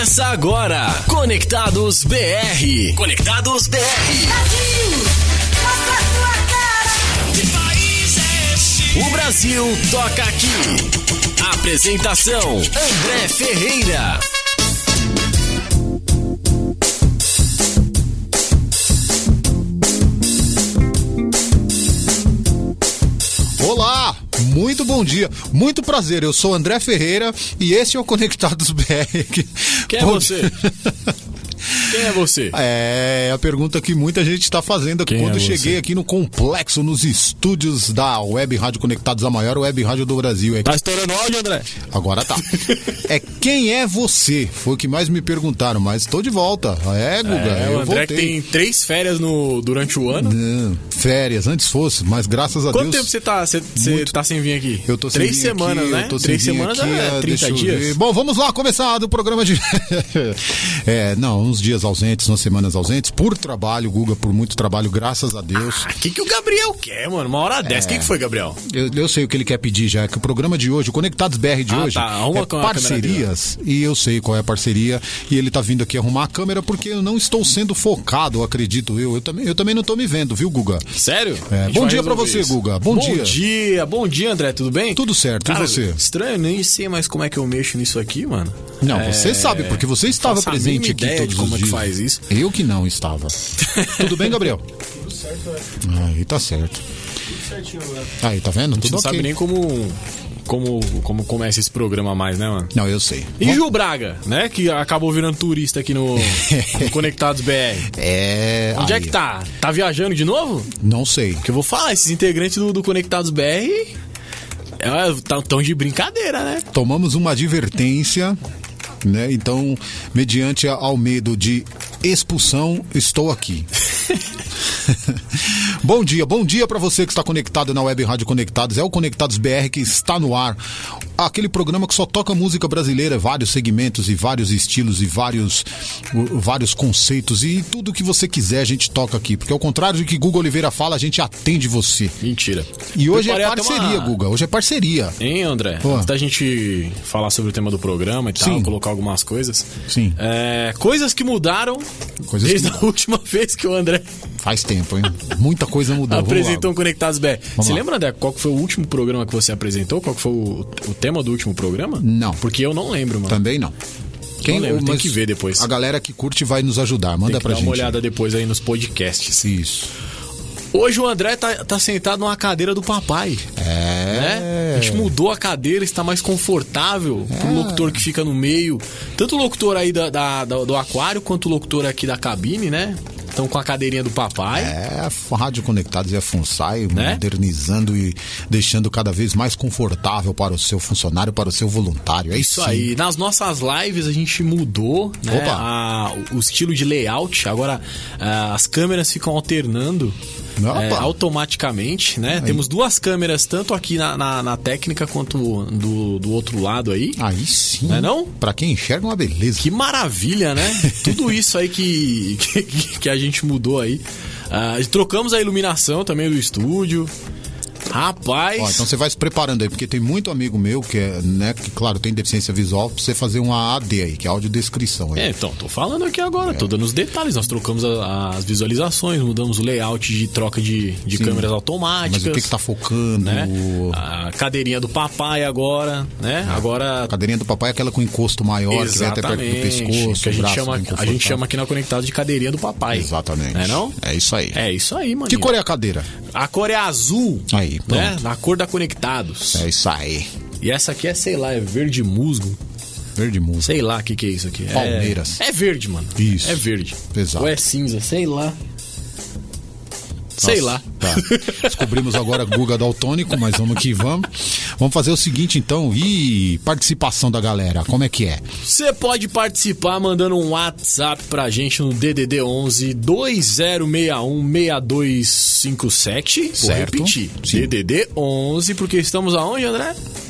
Começa agora, Conectados BR. Conectados BR. Brasil, mostra a tua cara. Que país é esse? O Brasil toca aqui. Apresentação, André Ferreira. Olá, muito bom dia, muito prazer, eu sou André Ferreira e esse é o Conectados BR. Quem é você? Quem é você? É a pergunta que muita gente está fazendo aqui quando cheguei aqui no complexo, nos estúdios da Web Rádio Conectados, a maior web rádio do Brasil. Tá estourando áudio, André? Agora tá. Quem é você? Foi o que mais me perguntaram, mas estou de volta. Guga, o André que tem 3 férias durante o ano. Não, férias, antes fosse, mas graças a Quanto Deus... tempo você tá sem vir aqui? Eu tô sem 3 vir semanas, aqui, né? Eu tô 3 sem vir semanas aqui, é 30 dias. Bom, vamos lá começar do programa de... uns dias ausentes, umas semanas ausentes, por trabalho, Guga, por muito trabalho, graças a Deus. O que o Gabriel quer, mano? Uma hora dessa. O que foi, Gabriel? Eu sei o que ele quer pedir já, que o programa de hoje, o Conectados BR de hoje, é parcerias, e eu sei qual é a parceria, e ele tá vindo aqui arrumar a câmera porque eu não estou sendo focado, acredito eu. Eu também não tô me vendo, viu, Guga? Sério? Bom dia pra você, Guga. Bom dia. Bom dia, André, tudo bem? Tudo certo, cara, e você? Estranho, nem sei mais como é que eu mexo nisso aqui, mano. Não, você sabe, porque você estava presente aqui todos os dias. Como é que faz isso? Eu que não estava. Tudo bem, Gabriel? Tudo certo, velho. Aí tá certo. Tudo certinho, velho. Aí, tá vendo? A gente Tudo não ok. sabe nem como começa esse programa mais, né, mano? Não, eu sei. E Gil Braga, né? Que acabou virando turista aqui no Conectados BR. Onde é que tá? Tá viajando de novo? Não sei. Porque eu vou falar, esses integrantes do Conectados BR tão de brincadeira, né? Tomamos uma advertência, né? Então, mediante ao medo de expulsão, estou aqui. Bom dia pra você que está conectado na Web Rádio Conectados. É o Conectados BR que está no ar. Aquele programa que só toca música brasileira, vários segmentos e vários estilos e vários conceitos e tudo que você quiser a gente toca aqui. Porque ao contrário do que Guga Oliveira fala, a gente atende você. Mentira. E hoje é parceria, Guga. Hoje é parceria. Hein, André? Antes da gente falar sobre o tema do programa e tal, colocar algumas coisas. Sim. Coisas que mudaram desde a última vez que o André... Faz tempo, hein? Muita coisa mudou. Apresentou um Conectados BR. Você lá. lembra, André, qual que foi o último programa que você apresentou? Qual que foi o tema do último programa? Não. Porque eu não lembro, mano. Também não. Não lembro, tem que ver depois. A galera que curte vai nos ajudar. Manda pra gente. Dá uma olhada depois aí nos podcasts. Isso. Hoje o André tá sentado numa cadeira do papai. Né? A gente mudou a cadeira, está mais confortável pro locutor que fica no meio. Tanto o locutor aí do aquário, quanto o locutor aqui da cabine, né? Estão com a cadeirinha do papai. A Rádio Conectados e a FUNSAI, né? Modernizando e deixando cada vez mais confortável para o seu funcionário, para o seu voluntário. É isso aí. Nas nossas lives a gente mudou, né? O estilo de layout. Agora as câmeras ficam alternando automaticamente, né? Aí. Temos 2 câmeras, tanto aqui na técnica quanto do outro lado aí. Aí sim. Não é não? Pra quem enxerga, uma beleza. Que maravilha, né? Tudo isso aí que a gente mudou aí. Trocamos a iluminação também do estúdio. Rapaz. Então você vai se preparando aí, porque tem muito amigo meu que que claro, tem deficiência visual, pra você fazer uma AD aí, que é audiodescrição aí. Então, tô falando aqui agora, tô dando os detalhes. Nós trocamos as visualizações, mudamos o layout de troca de câmeras automáticas. Mas o que tá focando? Né? A cadeirinha do papai agora, né? A cadeirinha do papai é aquela com encosto maior, exatamente, que vai até perto do pescoço, que a gente chama aqui na Conectados de cadeirinha do papai. Exatamente. Não é não? É isso aí. É isso aí, mano. Que cor é a cadeira? A cor é azul. Aí, pronto. Né? Na cor da Conectados. É isso aí. E essa aqui é, sei lá, é verde musgo. Verde musgo. Sei lá o que é isso aqui. Palmeiras. É verde, mano. Isso. É verde. Exato. Ou é cinza, sei lá. Sei lá. Tá. Descobrimos agora Guga daltônico, mas vamos que vamos. Vamos fazer o seguinte, então. E participação da galera, como é que é? Você pode participar mandando um WhatsApp pra gente no DDD 11 2061 6257. Vou repetir. Sim. DDD 11, porque estamos aonde, André?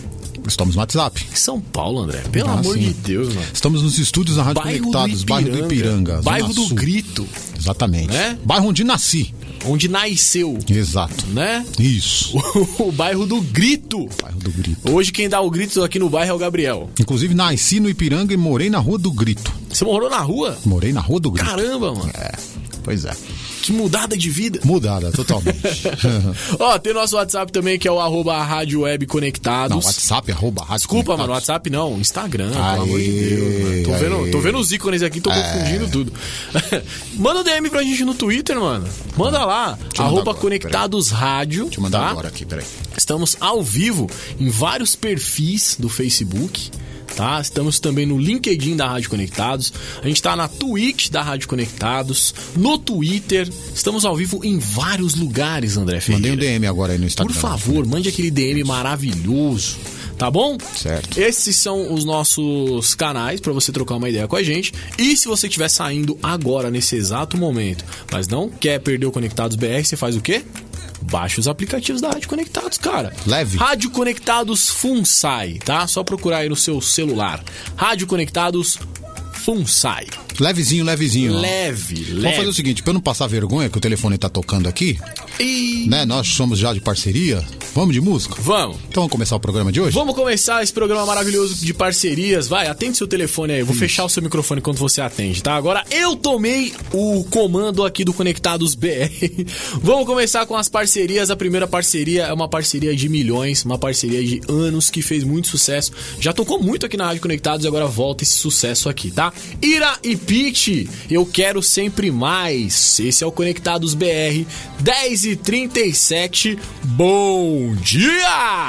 Estamos no WhatsApp. Em São Paulo, André. Pelo Ah, amor sim. de Deus, mano. Estamos nos estúdios da Rádio Conectados, bairro do Ipiranga. Bairro Zona do Sul. Grito, Exatamente. Né? Bairro onde nasci. onde nasceu, Exato. né? Isso. O bairro do Grito. Bairro do Grito. Hoje quem dá o grito aqui no bairro é o Gabriel. Inclusive, nasci no Ipiranga e morei na Rua do Grito. Você morou na rua? Morei na Rua do Grito. Caramba, mano. Pois é. Que mudada de vida. Mudada, totalmente. Ó, tem nosso WhatsApp também, que é o @Rádio Web Conectados. Não, WhatsApp, @Rádio Desculpa, mano, Conectados. WhatsApp não, Instagram, Aê, pelo amor de Deus, mano. Tô vendo os ícones aqui, tô confundindo tudo. Manda um DM pra gente no Twitter, mano. Manda lá, eu mandar agora, @Conectados Rádio. Deixa eu mandar tá? agora aqui, peraí. Estamos ao vivo em vários perfis do Facebook, tá? Estamos também no LinkedIn da Rádio Conectados. A gente tá na Twitch da Rádio Conectados, no Twitter. Estamos ao vivo em vários lugares, André Ferreira. Mandei um DM agora aí no Instagram. Por favor, mande aquele DM maravilhoso, tá bom? Certo. Esses são os nossos canais pra você trocar uma ideia com a gente. E se você estiver saindo agora, nesse exato momento, mas não quer perder o Conectados BR, você faz o quê? Baixa os aplicativos da Rádio Conectados, cara. Leve. Rádio Conectados FUNSAI, tá? Só procurar aí no seu celular. Rádio Conectados FUNSAI. Levezinho, levezinho. ó. Leve. Vamos fazer o seguinte, pra eu não passar vergonha, que o telefone tá tocando aqui, E... né? Nós somos já de parceria. Vamos de música? Vamos. Então vamos começar o programa de hoje? Vamos começar esse programa maravilhoso de parcerias. Vai, atende seu telefone aí. Eu vou fechar o seu microfone enquanto você atende, tá? Agora eu tomei o comando aqui do Conectados BR. Vamos começar com as parcerias. A primeira parceria é uma parceria de milhões, uma parceria de anos que fez muito sucesso. Já tocou muito aqui na Rádio Conectados e agora volta esse sucesso aqui, tá? Ira e Pitty, eu quero sempre mais. Esse é o Conectados BR, 10h37. Bom dia!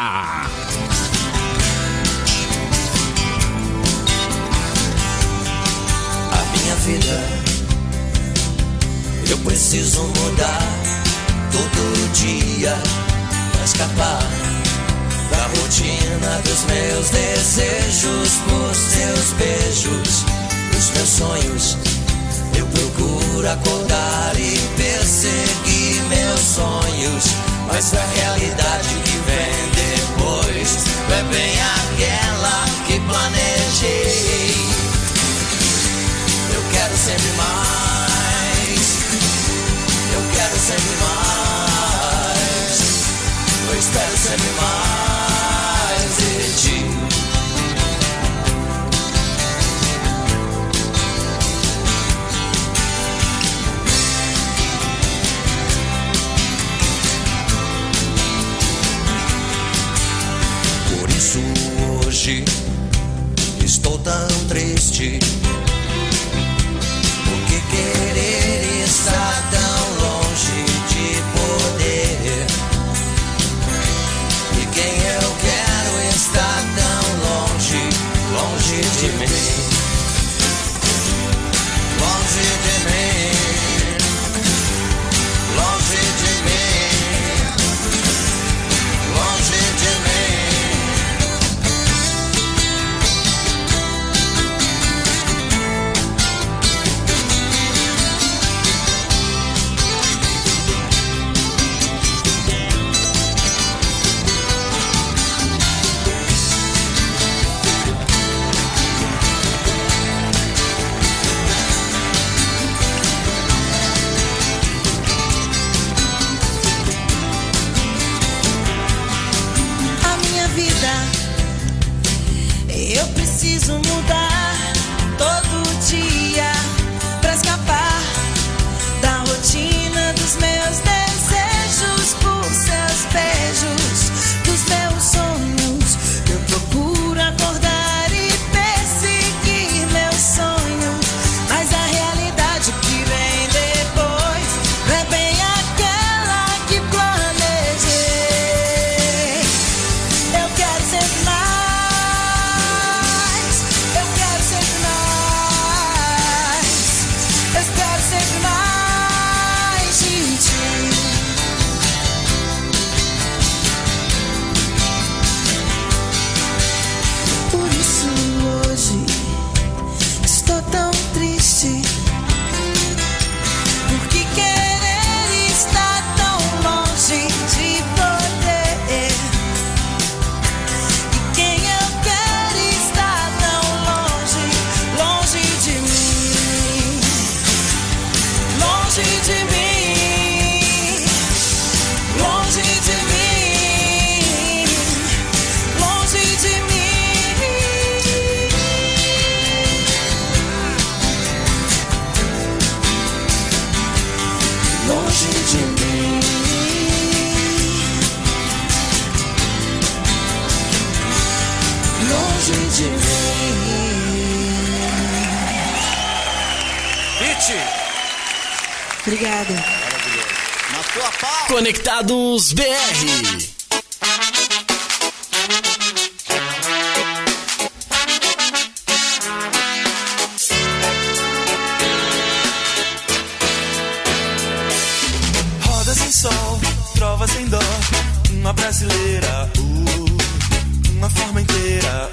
A minha vida eu preciso mudar todo dia pra escapar da rotina dos meus desejos, por seus beijos, dos meus sonhos. Eu procuro acordar e perseguir meus sonhos, mas a realidade que vem depois é bem aquela que planejei. Eu quero sempre mais, eu quero sempre mais, eu espero sempre mais de ti. Por isso hoje estou tão triste, porque querer está tão longe de poder, e quem eu quero está tão longe, longe de mim, longe de mim, longe de mim, longe de mim. longe de mim. Obrigada. Na sua pau. Conectados BR. Roda sem sol, trova sem dó, uma brasileira, uma forma inteira,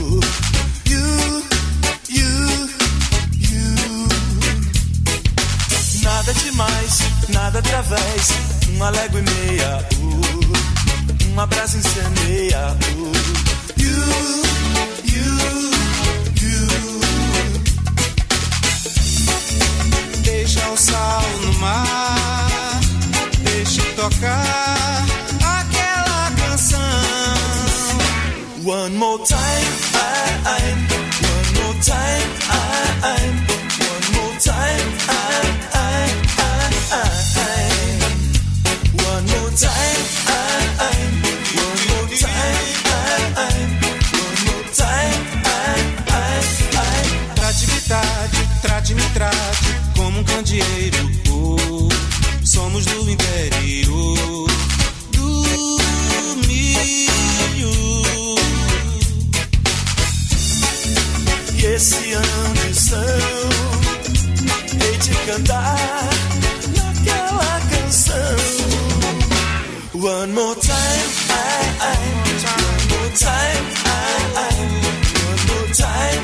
nada demais, nada através, uma légua e meia, uma brasa incendeia, deixa o sal no mar, deixa tocar aquela canção. One more time, one more time, one more time, one more time, one more time, one more time. Trate-me, trate como um candeeiro. Somos do interior do milho. E esse ano de São, hei de cantar naquela canção. One more time, one more time, one more time,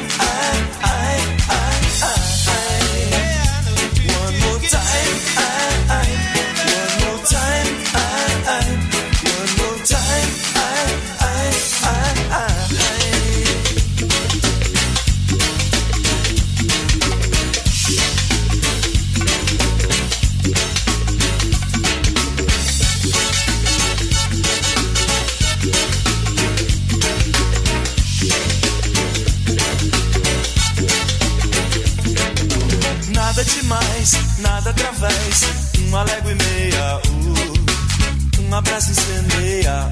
one more time, one more time, one more time, nada demais, nada através, uma légua e meia, uma brasa incendeia,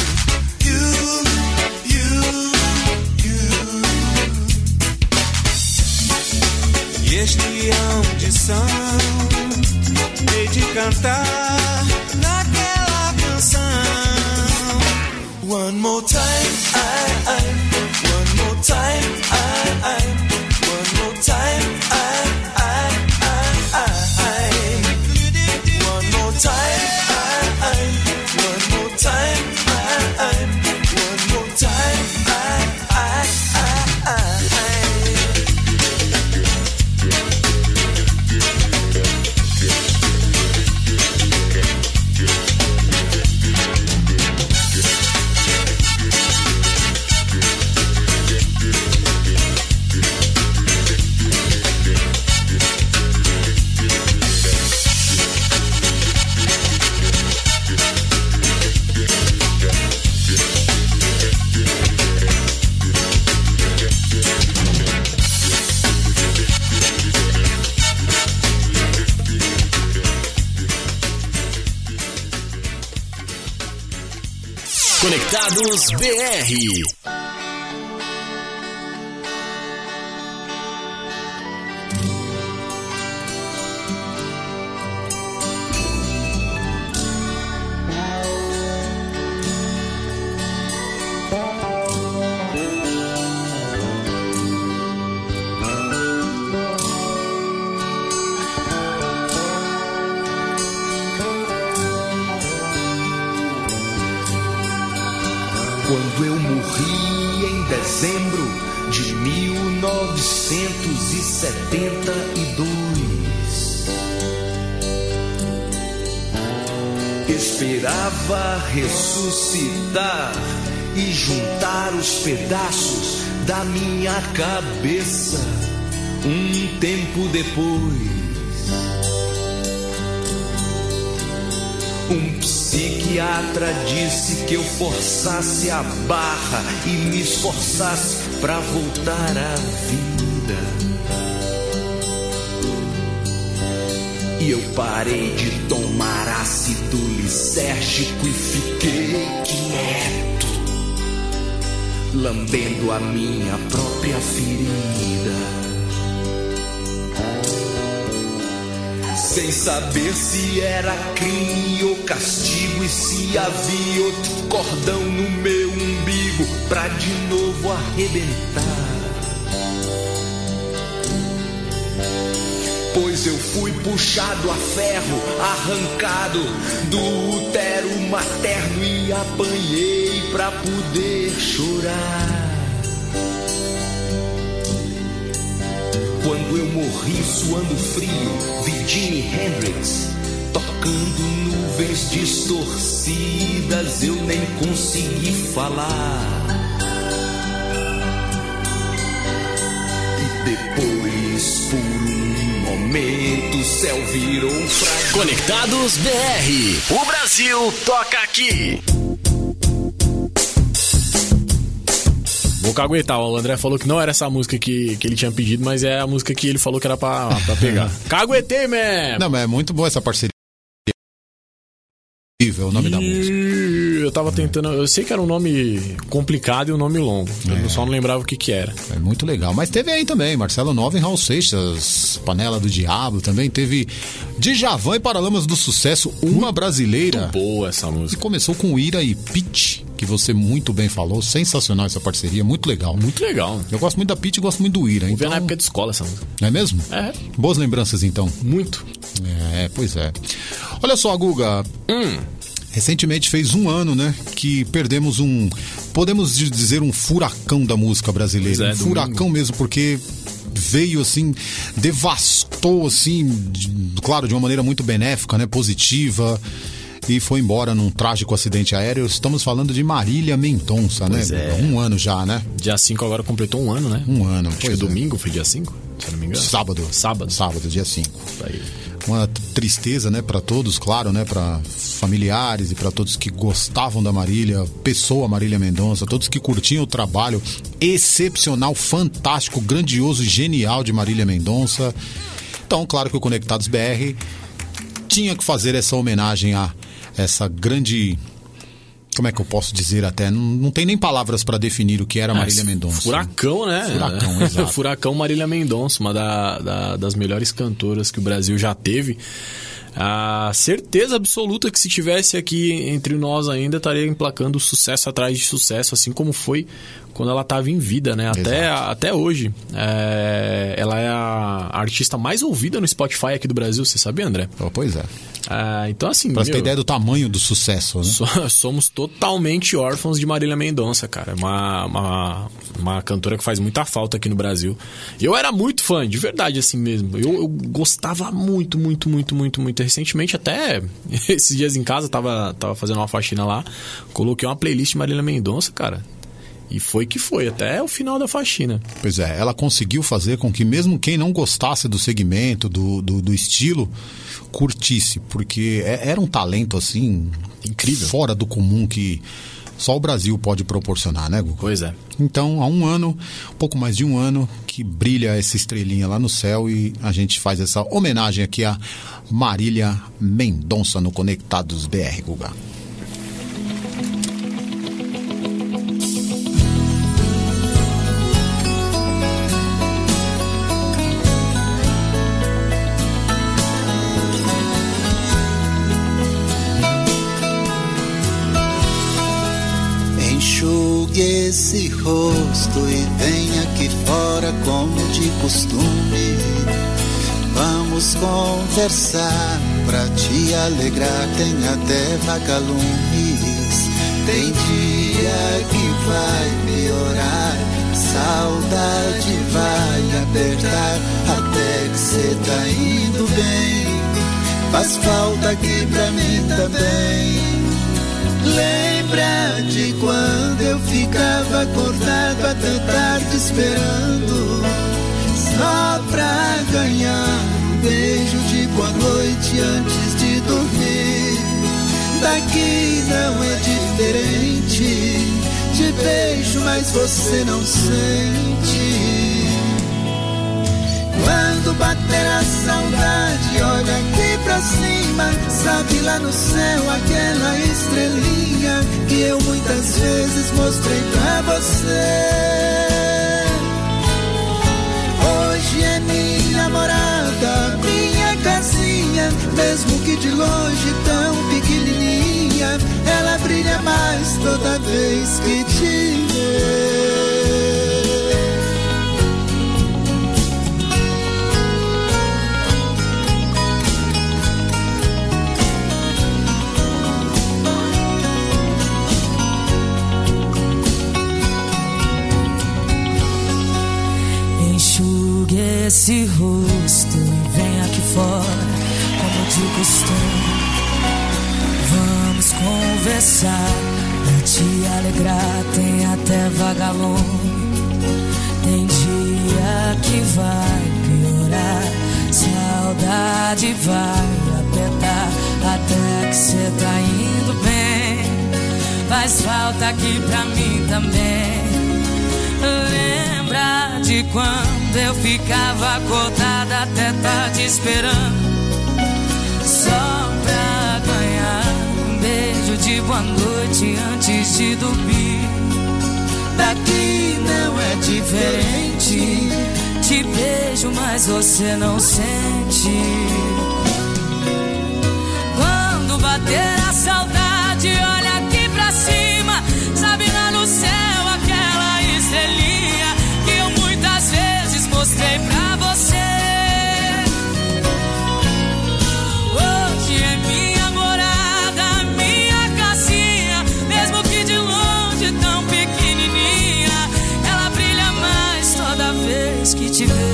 E este audição, hei de cantar naquela canção. One more time, one more time, one more time, one more time, one more time, one more time, Conectados BR. Quando eu morri em dezembro de 1972, esperava ressuscitar e juntar os pedaços da minha cabeça um tempo depois. Um psiquiatra disse que eu forçasse a barra e me esforçasse pra voltar à vida. E eu parei de tomar ácido lisérgico e fiquei quieto. lambendo a minha própria ferida. Sem saber se era crime ou castigo e se havia outro cordão no meu umbigo pra de novo arrebentar. Pois eu fui puxado a ferro, arrancado do útero materno e apanhei pra poder chorar. Quando eu morri suando frio, vi Jimi Hendrix tocando nuvens distorcidas, eu nem consegui falar. E depois, por um momento, o céu virou um fragmento. Conectados BR, o Brasil toca aqui. Vou caguetar, o André falou que não era essa música que ele tinha pedido, mas é a música que ele falou que era pra pegar. Caguetei, man! Não, mas é muito boa essa parceria. O nome da música. Eu tava tentando, eu sei que era um nome complicado e um nome longo, eu só não lembrava o que era. É muito legal, mas teve aí também Marcelo Nova e Raul Seixas, Panela do Diabo, também teve Djavan e Paralamas do Sucesso, Uma Brasileira. Muito boa essa música. E começou com Ira e Pitty, que você muito bem falou, sensacional essa parceria, muito legal. Muito legal. Eu gosto muito da Pitty e gosto muito do Ira. Então... na época de escola essa música. É mesmo? É. Boas lembranças então. Muito. É, pois é. Olha só, Guga. Recentemente fez um ano, né, que perdemos podemos dizer um furacão da música brasileira. Um furacão mesmo, porque veio assim, devastou assim, claro, de uma maneira muito benéfica, né, positiva, e foi embora num trágico acidente aéreo. Estamos falando de Marília Mendonça, pois né? É. Um ano já, né? Dia 5 agora completou um ano, né? Um ano. Acho que domingo foi dia 5, se eu não me engano. Sábado, dia 5. Aí. Uma tristeza, né, para todos, claro, né, para familiares e para todos que gostavam da Marília, pessoa Marília Mendonça, todos que curtiam o trabalho excepcional, fantástico, grandioso e genial de Marília Mendonça. Então, claro que o Conectados BR tinha que fazer essa homenagem a essa grande... Como é que eu posso dizer até? Não tem nem palavras para definir o que era Marília Mendonça. Furacão, né? Furacão, exato. Furacão Marília Mendonça, uma das melhores cantoras que o Brasil já teve. A certeza absoluta que se tivesse aqui entre nós ainda estaria emplacando sucesso atrás de sucesso, assim como foi quando ela estava em vida, né? Até hoje. Ela é a artista mais ouvida no Spotify aqui do Brasil, você sabia, André? Oh, pois é. Então, assim... Pra você ter ideia do tamanho do sucesso, né? Somos totalmente órfãos de Marília Mendonça, cara. Uma cantora que faz muita falta aqui no Brasil. Eu era muito fã, de verdade, assim mesmo. Eu gostava muito. Recentemente, até esses dias em casa, tava fazendo uma faxina lá, coloquei uma playlist de Marília Mendonça, cara. E foi que foi, até o final da faxina. Pois é, ela conseguiu fazer com que mesmo quem não gostasse do segmento, do estilo, curtisse. Porque era um talento, assim, incrível, fora do comum, que só o Brasil pode proporcionar, né, Guga? Pois é. Então, há um ano, um pouco mais de um ano, que brilha essa estrelinha lá no céu e a gente faz essa homenagem aqui a Marília Mendonça no Conectados BR, Guga. Esse rosto e vem aqui fora como de costume. Vamos conversar pra te alegrar. Tem até vagalumes. Tem dia que vai piorar, saudade vai apertar. Até que cê tá indo bem, faz falta aqui pra mim também. Lembra de quando eu ficava acordado até tarde esperando, só pra ganhar um beijo de boa noite antes de dormir. Daqui não é diferente, te beijo mas você não sente. Quando bater a saudade, olha aqui pra pra cima, sabe lá no céu aquela estrelinha que eu muitas vezes mostrei pra você. Hoje é minha morada, minha casinha, mesmo que de longe tão pequenininha, ela brilha mais toda vez que te vê. Enxugue esse rosto e vem aqui fora, como de costume. Vamos conversar, pra te alegrar, tem até vagalume. Tem dia que vai piorar, saudade vai apertar, até que cê tá indo bem. Faz falta aqui pra mim também. Lembra de quando eu ficava acordada até tarde esperando, só pra ganhar um beijo de boa noite antes de dormir. Daqui não é diferente, te beijo mas você não sente. Quando bater a saudade, olha aqui pra cima, sabe lá no céu aquela estrelinha que eu muitas vezes mostrei pra você. Hoje é minha morada, minha casinha, mesmo que de longe tão pequenininha, ela brilha mais toda vez que te vê.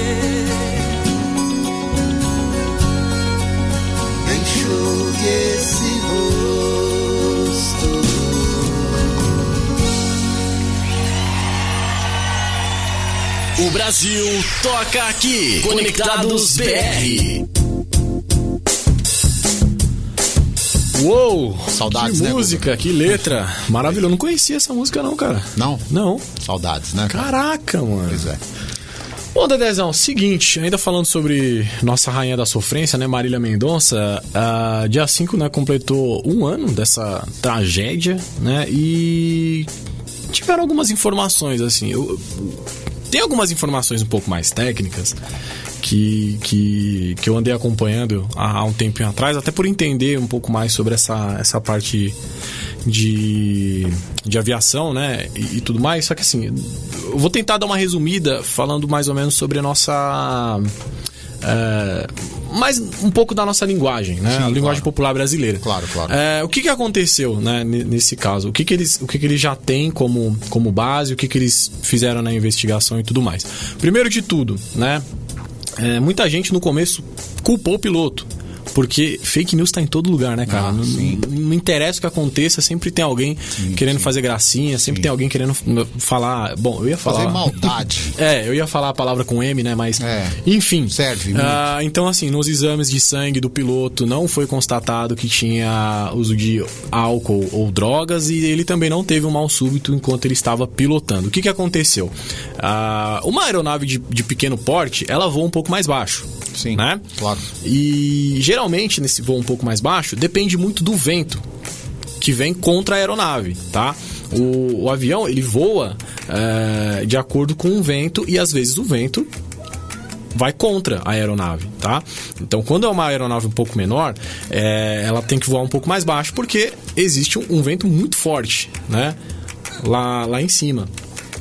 Enxugue esse rosto. O Brasil toca aqui. Conectados BR. Uou! Saudades, que né, música, que letra. Maravilhoso. Eu não conhecia essa música não, cara. Não? Não. Saudades, né? Caraca, mano. Pois é. Bom, Dedezão, seguinte, ainda falando sobre nossa rainha da sofrência, né, Marília Mendonça, dia 5, né, completou 1 ano dessa tragédia, né, e tiveram algumas informações, assim, tem algumas informações um pouco mais técnicas que eu andei acompanhando há um tempinho atrás, até por entender um pouco mais sobre essa parte de aviação, né, e tudo mais. Só que assim, eu vou tentar dar uma resumida falando mais ou menos sobre a nossa... mais um pouco da nossa linguagem, né? Sim, a linguagem popular brasileira. Claro. O que aconteceu, né, nesse caso? O que eles já têm como base? O que eles fizeram na investigação e tudo mais? Primeiro de tudo, né? Muita gente no começo culpou o piloto, porque fake news tá em todo lugar, né, cara? Não interessa o que aconteça, sempre tem alguém querendo fazer gracinha, sempre tem alguém querendo falar... Bom, eu ia falar... Fazer maldade. Eu ia falar a palavra com M, né, mas... Enfim. Serve. Então, assim, nos exames de sangue do piloto não foi constatado que tinha uso de álcool ou drogas, e ele também não teve um mal súbito enquanto ele estava pilotando. O que aconteceu? Uma aeronave de pequeno porte, ela voa um pouco mais baixo. Sim, né? Claro. E geralmente nesse voo um pouco mais baixo depende muito do vento que vem contra a aeronave, tá? O avião, ele voa de acordo com o vento, e às vezes o vento vai contra a aeronave, tá? Então, quando é uma aeronave um pouco menor, ela tem que voar um pouco mais baixo, porque existe um vento muito forte, né? Lá em cima.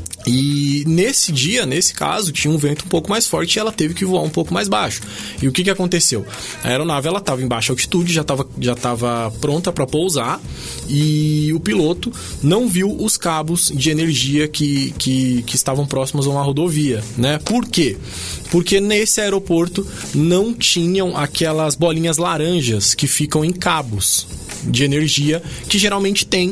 E nesse caso, tinha um vento um pouco mais forte e ela teve que voar um pouco mais baixo. E o que aconteceu? A aeronave estava em baixa altitude, já estava pronta para pousar, e o piloto não viu os cabos de energia que estavam próximos a uma rodovia, né? Por quê? Porque nesse aeroporto não tinham aquelas bolinhas laranjas que ficam em cabos de energia que geralmente tem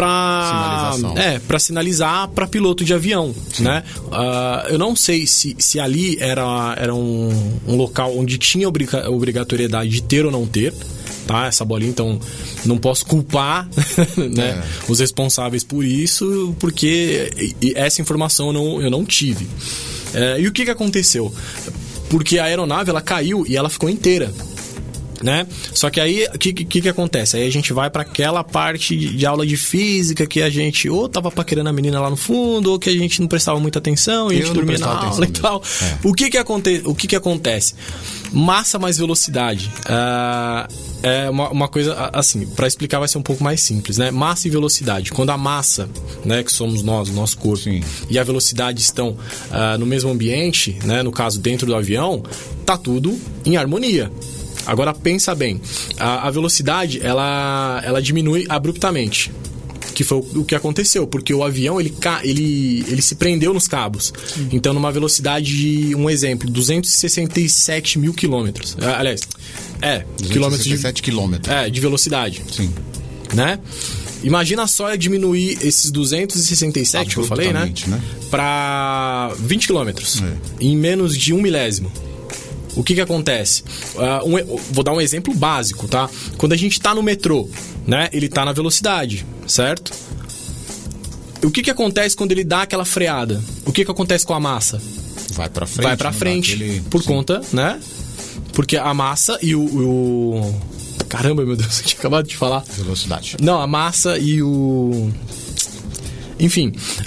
para sinalizar para piloto de avião, né? Eu não sei se ali era um local onde tinha obrigatoriedade de ter ou não ter, tá? Essa bolinha, então não posso culpar né, os responsáveis por isso, porque essa informação eu não tive. E o que aconteceu? Porque a aeronave ela caiu e ela ficou inteira. né? Só que aí, o que acontece? Aí a gente vai para aquela parte de aula de física que a gente ou tava paquerando a menina lá no fundo, ou que a gente não prestava muita atenção, e a gente dormia na aula e tal. O que acontece? Massa mais velocidade. É uma coisa, assim, para explicar vai ser um pouco mais simples, né? Massa e velocidade. Quando a massa, né, que somos nós, o nosso corpo, e a velocidade estão no mesmo ambiente, né, no caso dentro do avião, tá tudo em harmonia. Agora pensa bem, a velocidade ela diminui abruptamente, que foi o que aconteceu, porque o avião ele se prendeu nos cabos. Então numa velocidade de, um exemplo, 267 mil quilômetros, aliás, 267 quilômetros de velocidade. Sim. Né? Imagina só diminuir esses 267 que eu falei, né? Para 20 quilômetros em menos de 1 milésimo. O que acontece? Vou dar um exemplo básico, tá? Quando a gente tá no metrô, né? Ele tá na velocidade, certo? O que acontece quando ele dá aquela freada? O que acontece com a massa? Vai pra frente. Vai pra frente, por conta, né? Porque a massa e o... Caramba, meu Deus, eu tinha acabado de falar. Velocidade. Não, a massa e o... Enfim,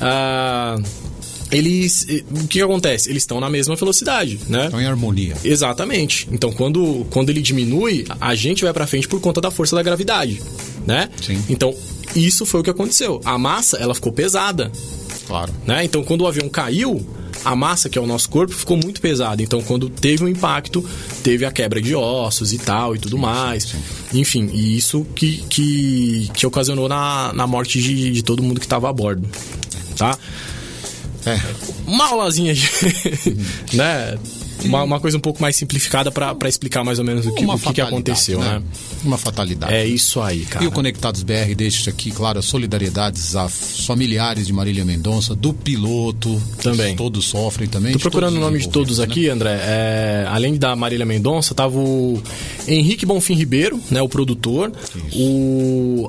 eles... O que acontece? Eles estão na mesma velocidade, né? Estão em harmonia. Exatamente. Então, quando ele diminui, a gente vai pra frente por conta da força da gravidade, né? Sim. Então, isso foi o que aconteceu. A massa, ela ficou pesada. Claro. Né? Então, quando o avião caiu, a massa, que é o nosso corpo, ficou muito pesada. Então, quando teve um impacto, teve a quebra de ossos e tal, e tudo mais. Sim. Enfim, e isso que ocasionou na morte de todo mundo que estava a bordo. Tá? Uma aulazinha de... né? Uma coisa um pouco mais simplificada para explicar mais ou menos o que aconteceu, né? Uma fatalidade. É isso aí, cara. E o Conectados BR deixa aqui, claro, as solidariedades aos familiares de Marília Mendonça, do piloto, também. Todos sofrem também. Tô procurando o nome de todos aqui, André. Além da Marília Mendonça, tava o Henrique Bonfim Ribeiro, né, o produtor, o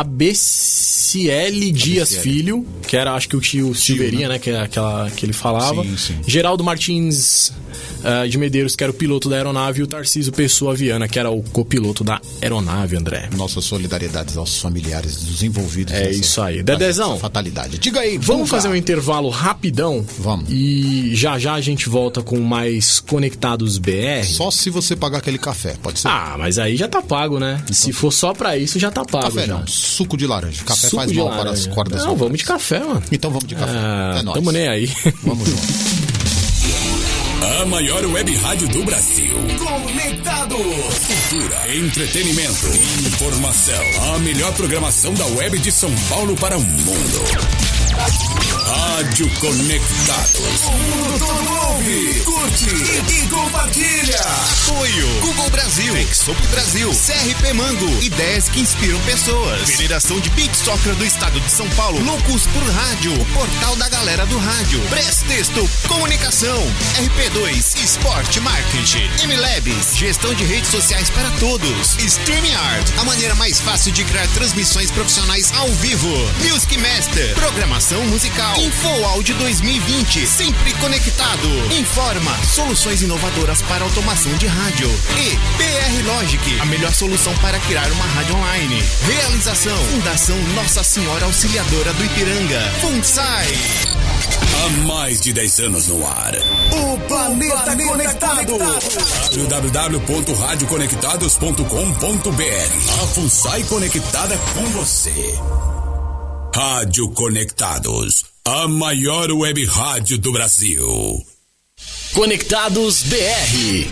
ABCL Dias Filho, que era, acho que o tio Silveirinha, né, que é aquela que ele falava. Sim. Geraldo Martins de Medeiros, que era o piloto da aeronave, e o Tarcísio Pessoa Viana, que era o copiloto da aeronave, André. Nossas solidariedades aos familiares dos envolvidos. É isso aí. Dedezão, fatalidade. Diga aí, vamos fazer um intervalo rapidão? Vamos. E já a gente volta com mais Conectados BR. Só se você pagar aquele café, pode ser? Mas aí já tá pago, né? Então, se for só pra isso, já tá pago. Café já. Não, suco de laranja. Café suco faz mal para as cordas. Não, vamos de café, mano. Então vamos de café. É nóis. Tamo nem aí. Vamos junto. A maior web rádio do Brasil. Conectados. Cultura, entretenimento, informação. A melhor programação da web de São Paulo para o mundo. Rádio Conectados. O mundo todo ouve, curte e compartilha. Apoio Google Brasil, Exop Brasil, CRP Mango, ideias que inspiram pessoas. Federação de Beat Soccer do Estado de São Paulo, Loucos por Rádio, o portal da galera do rádio. Prestexto, comunicação, RP2, esporte, marketing, MLabs, gestão de redes sociais para todos. StreamYard, a maneira mais fácil de criar transmissões profissionais ao vivo. Music Master, programação musical. InfoAudio 2020, sempre conectado. Informa, soluções inovadoras para automação de rádio. E BR Logic, a melhor solução para criar uma rádio online. Realização, Fundação Nossa Senhora Auxiliadora do Ipiranga. FUNSAI. Há mais de 10 anos no ar. O Planeta Conectado. www.radioconectados.com.br. A FUNSAI conectada com você. Rádio Conectados, a maior web rádio do Brasil. Conectados BR.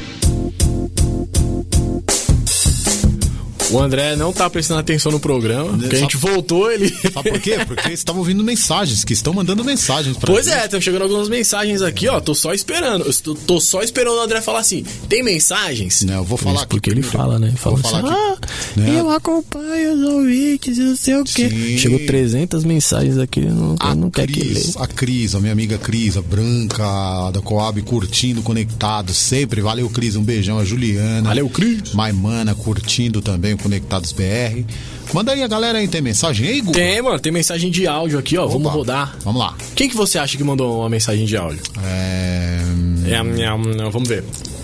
O André não tá prestando atenção no programa, porque a gente voltou, ele... Sabe por quê? Porque eles estavam ouvindo mensagens, que estão mandando mensagens pra Pois gente. estão chegando algumas mensagens aqui, ó, tô só esperando. Tô só esperando o André falar assim, tem mensagens? Não, eu vou falar porque ele fala, né? Fala assim, eu acompanho os ouvintes, não sei o quê. Sim. Chegou 300 mensagens aqui, não quer que lê. A Cris, a minha amiga Cris, a Branca, da Coab, curtindo, conectado, sempre. Valeu, Cris, um beijão. A Juliana. Valeu, Cris. Maimana, curtindo também o Conectados BR. Manda aí a galera aí, tem mensagem aí, Guga? Tem, mano, tem mensagem de áudio aqui, ó. Opa, vamos rodar. Vamos lá. Quem que você acha que mandou uma mensagem de áudio? Vamos ver.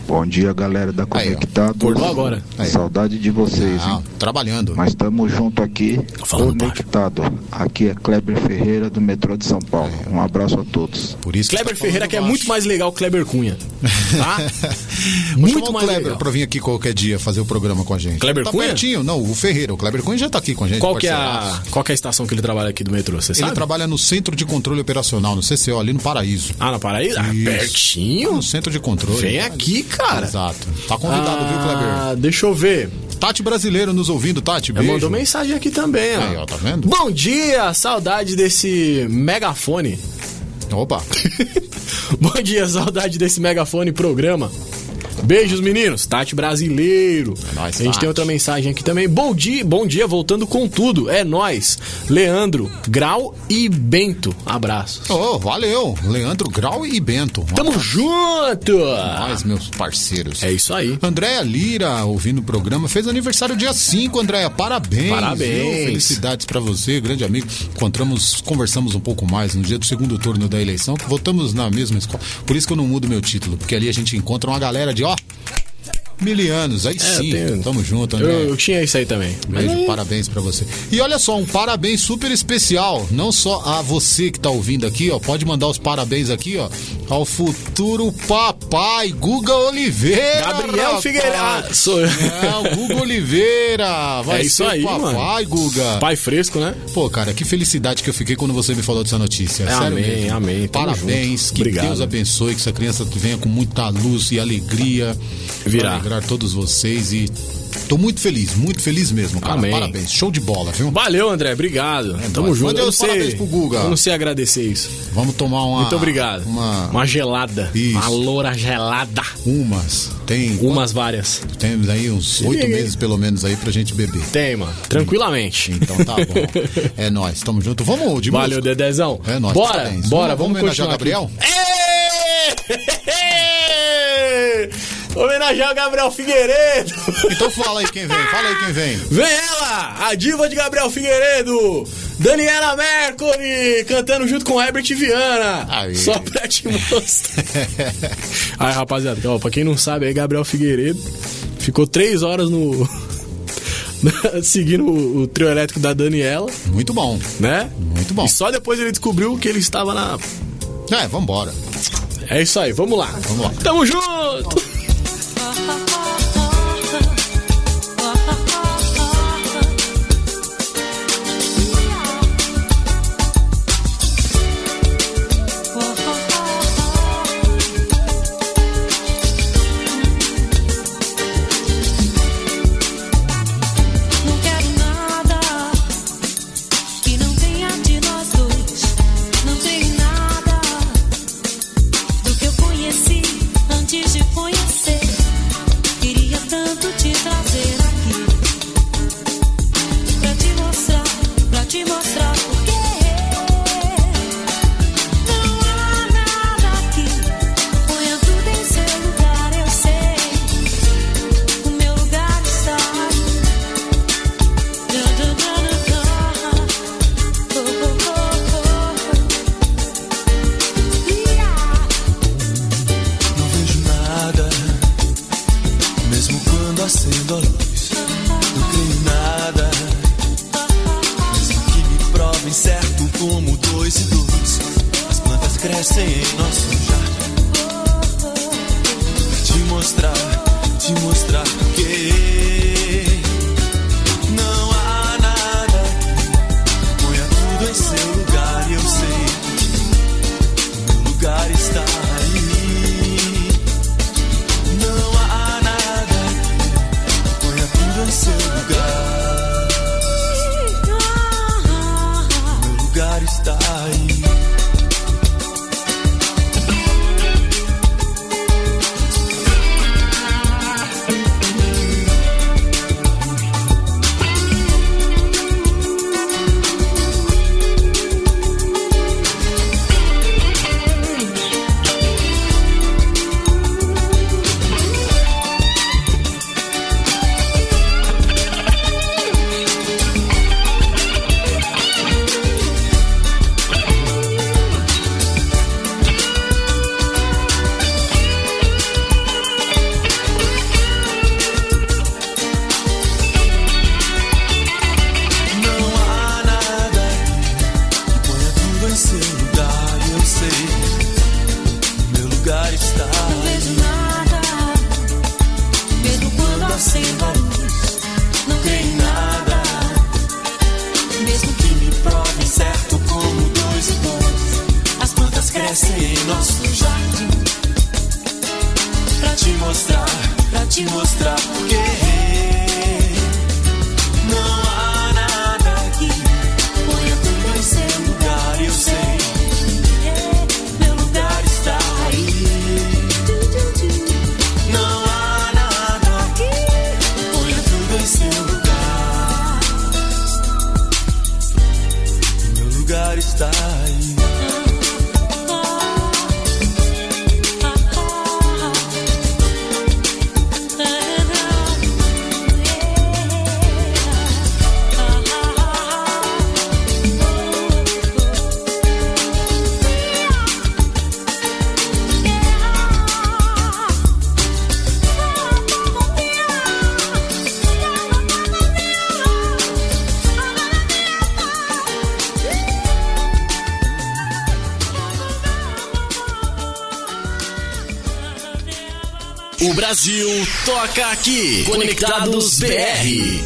Bom dia, galera da Conectados. Acordou agora. Saudade de vocês, hein? Trabalhando. Mas estamos junto aqui, conectado. Aqui é Kleber Ferreira, do metrô de São Paulo. Um abraço a todos. Por isso Kleber Ferreira, que é muito mais legal que Kleber Cunha. Tá? Muito mais Kleber legal. Pra vir aqui qualquer dia fazer o programa com a gente. Kleber Cunha? Pertinho. Não, o Ferreira. O Kleber Cunha já tá aqui com a gente. Qual que é a estação que ele trabalha aqui do metrô? Você sabe? Ele trabalha no Centro de Controle Operacional, no CCO, ali no Paraíso. Ah, no Paraíso? Ah, pertinho? No Centro de Controle. Vem aqui, cara. Exato. Tá convidado, viu, Kleber? Deixa eu ver. Tati Brasileiro nos ouvindo, Tati, beijo. Mandou mensagem aqui também, ó. Aí, ó, tá vendo? Bom dia, saudade desse megafone. Opa. Bom dia, saudade desse megafone programa. Beijos, meninos. Tati Brasileiro. É nóis, a gente tem outra mensagem aqui também. Bom dia, voltando com tudo. É nóis. Leandro, Grau e Bento. Abraços. Oh, valeu. Leandro, Grau e Bento. Tamo junto. Nós, meus parceiros. É isso aí. Andréia Lira, ouvindo o programa, fez aniversário dia 5, Andréia. Parabéns. Parabéns. Viu? Felicidades pra você, grande amigo. Conversamos um pouco mais no dia do segundo turno da eleição, que votamos na mesma escola. Por isso que eu não mudo meu título, porque ali a gente encontra uma galera de, milianos, aí sim, tamo junto, André. Eu tinha isso aí também. Beijo, parabéns pra você. E olha só, um parabéns super especial, não só a você que tá ouvindo aqui, pode mandar os parabéns aqui, ao futuro papai, Guga Oliveira. Gabriel Figueiredo. Sou eu. O Guga Oliveira. Vai isso ser aí, papai, mano. Guga. Pai fresco, né? Pô, cara, que felicidade que eu fiquei quando você me falou dessa notícia. Sério mesmo. Amém. Parabéns, que Obrigado. Deus abençoe, que essa criança venha com muita luz e alegria. Virá. Alegrar todos vocês e tô muito feliz mesmo, cara. Amém. Parabéns, show de bola, viu? Valeu, André, obrigado. Tamo junto. Manda os parabéns pro Guga. Eu não sei agradecer isso. Vamos tomar uma... Muito obrigado. Uma gelada. Isso. Uma loura gelada. Umas várias. Temos aí uns 8 meses pelo menos aí pra gente beber. Tem, mano. Tranquilamente. Então tá bom. É nóis, tamo junto. Vamos de Valeu, música. Dedezão. É nóis. Bora, parabéns. bora. Vamos homenagear o Gabriel? Homenagear o Gabriel Figueiredo. Então fala aí quem vem. Vem ela, a diva de Gabriel Figueiredo, Daniela Mercury, cantando junto com Herbert Viana. Aí. Só pra te mostrar. Aí, rapaziada, pra quem não sabe, aí Gabriel Figueiredo ficou 3 horas no... seguindo o trio elétrico da Daniela. Muito bom. Né? Muito bom. E só depois ele descobriu que ele estava na... Vambora. É isso aí, vamos lá. Tamo junto! Não quero nada que não venha de nós dois. Não tenho nada do que eu conheci antes de conhecer. te mostrar porque não há nada aqui. Ponha tudo em seu lugar, eu sei. Meu lugar está aí. Não há nada aqui. Ponha tudo em seu lugar. Meu lugar está aí. O Brasil toca aqui. Conectados BR.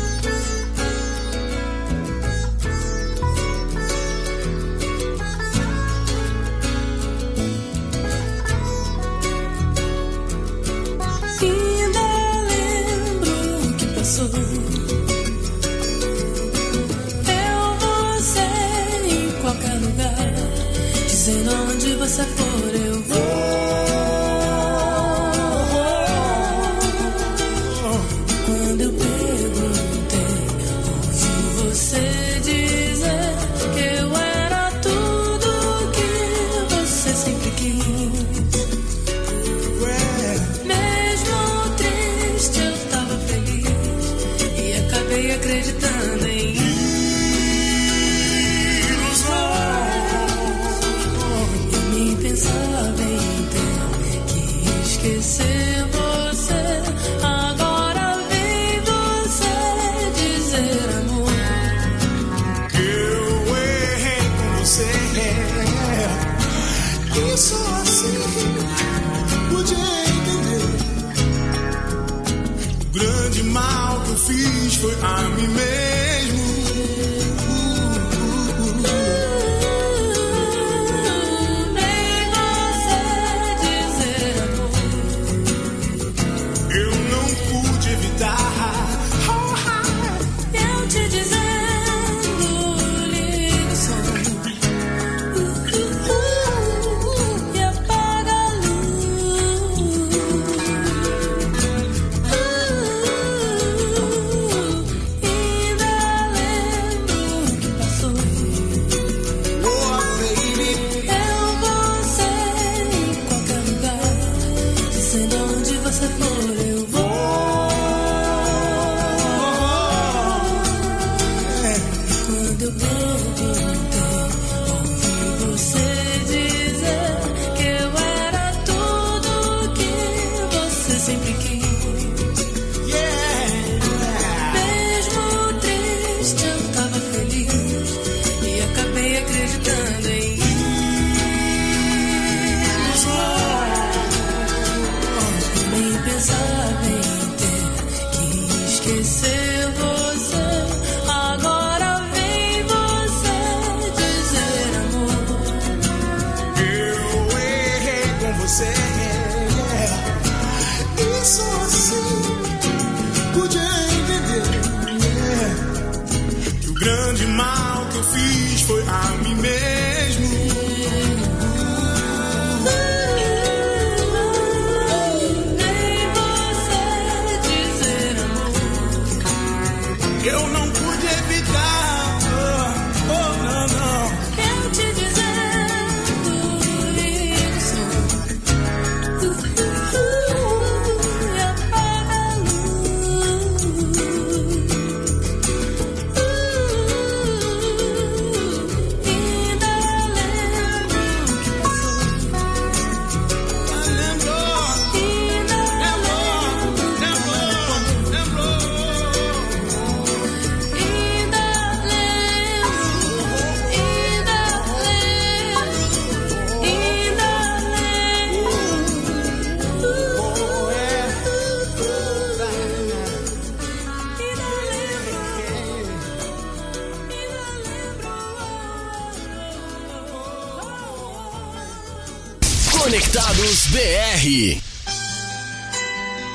Conectados BR.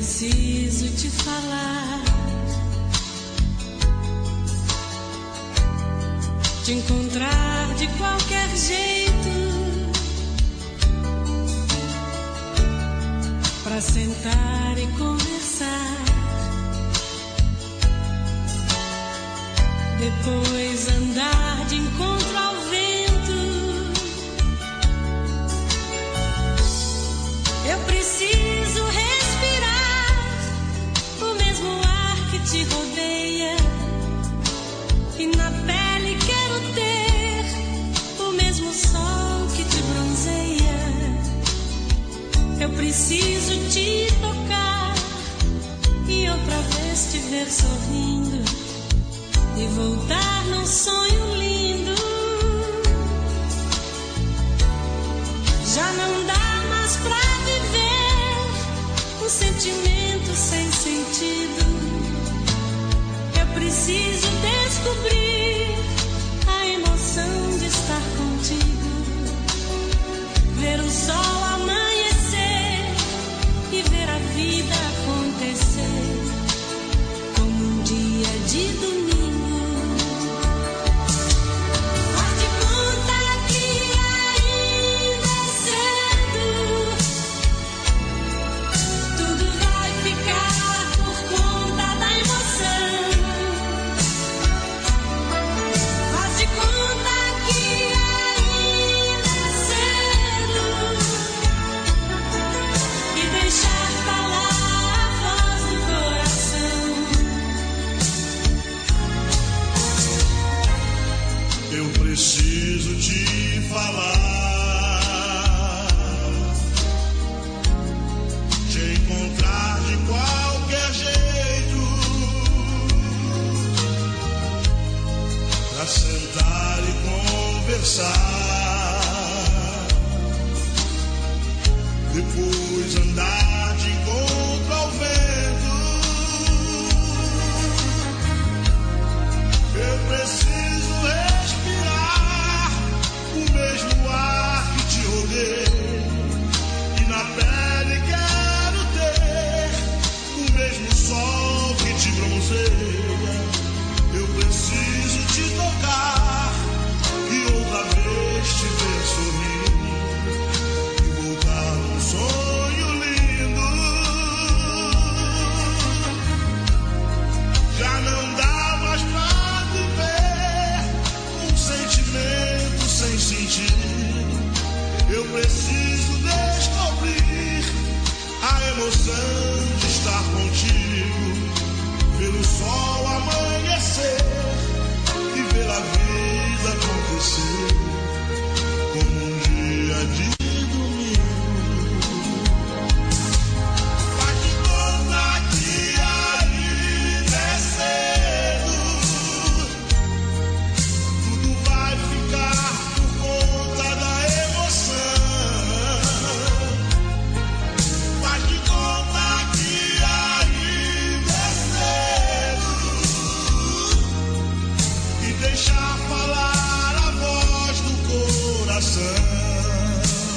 preciso te falar, te encontrar de qualquer jeito, pra sentar e conversar, depois andar de encontro ao vento. Eu preciso respirar o mesmo ar que te rodeia, e na pele quero ter o mesmo sol que te bronzeia. Eu preciso te tocar e outra vez te ver sorrindo e voltar num sonho lindo. Já não dá mais pra viver um sentimento sem sentido. Eu preciso descobrir a emoção de estar contigo, ver o sol amanhecer e ver a vida acontecer como um dia de domingo. Preciso te falar, te encontrar de qualquer jeito, pra sentar e conversar, depois andar de encontro ao vento. Eu preciso respirar o mesmo ar que te rodeia, e na pele quero ter o mesmo sol que te bronzeia. Eu preciso te tocar e outra vez te ver sorrir e voltar num sonho lindo. Já não dá mais pra viver um sentimento sem sentido. Eu preciso descobrir a emoção de estar contigo, ver o sol amanhecer e ver a vida acontecer como um dia de domingo. Faz de conta que ainda é cedo, tudo vai ficar por conta da emoção. Faz de conta que ainda é cedo e deixar falar a voz do coração.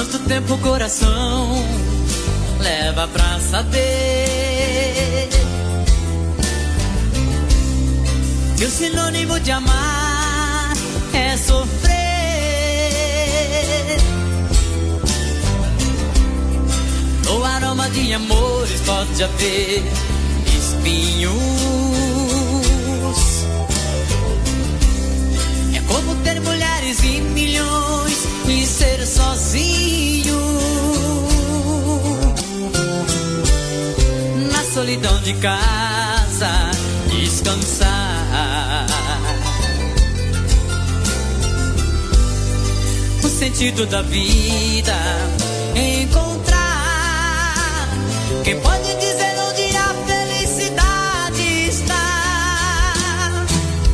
Quanto tempo o coração leva pra saber que o sinônimo de amar é sofrer. No aroma de amores pode haver espinhos. É como ter mulheres e milhões e ser sozinho na solidão de casa, descansar. O sentido da vida encontrar. Quem pode dizer onde a felicidade está?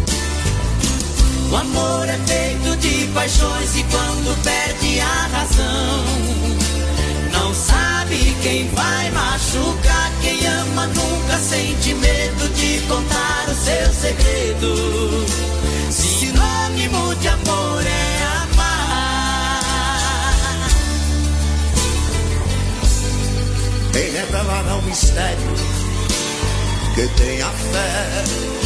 O amor é feito de paixões e quando perde a razão, não sabe quem vai machucar. Quem ama nunca sente medo de contar o seu segredo. Sinônimo de amor é amar. Quem revelará o mistério que tem a fé?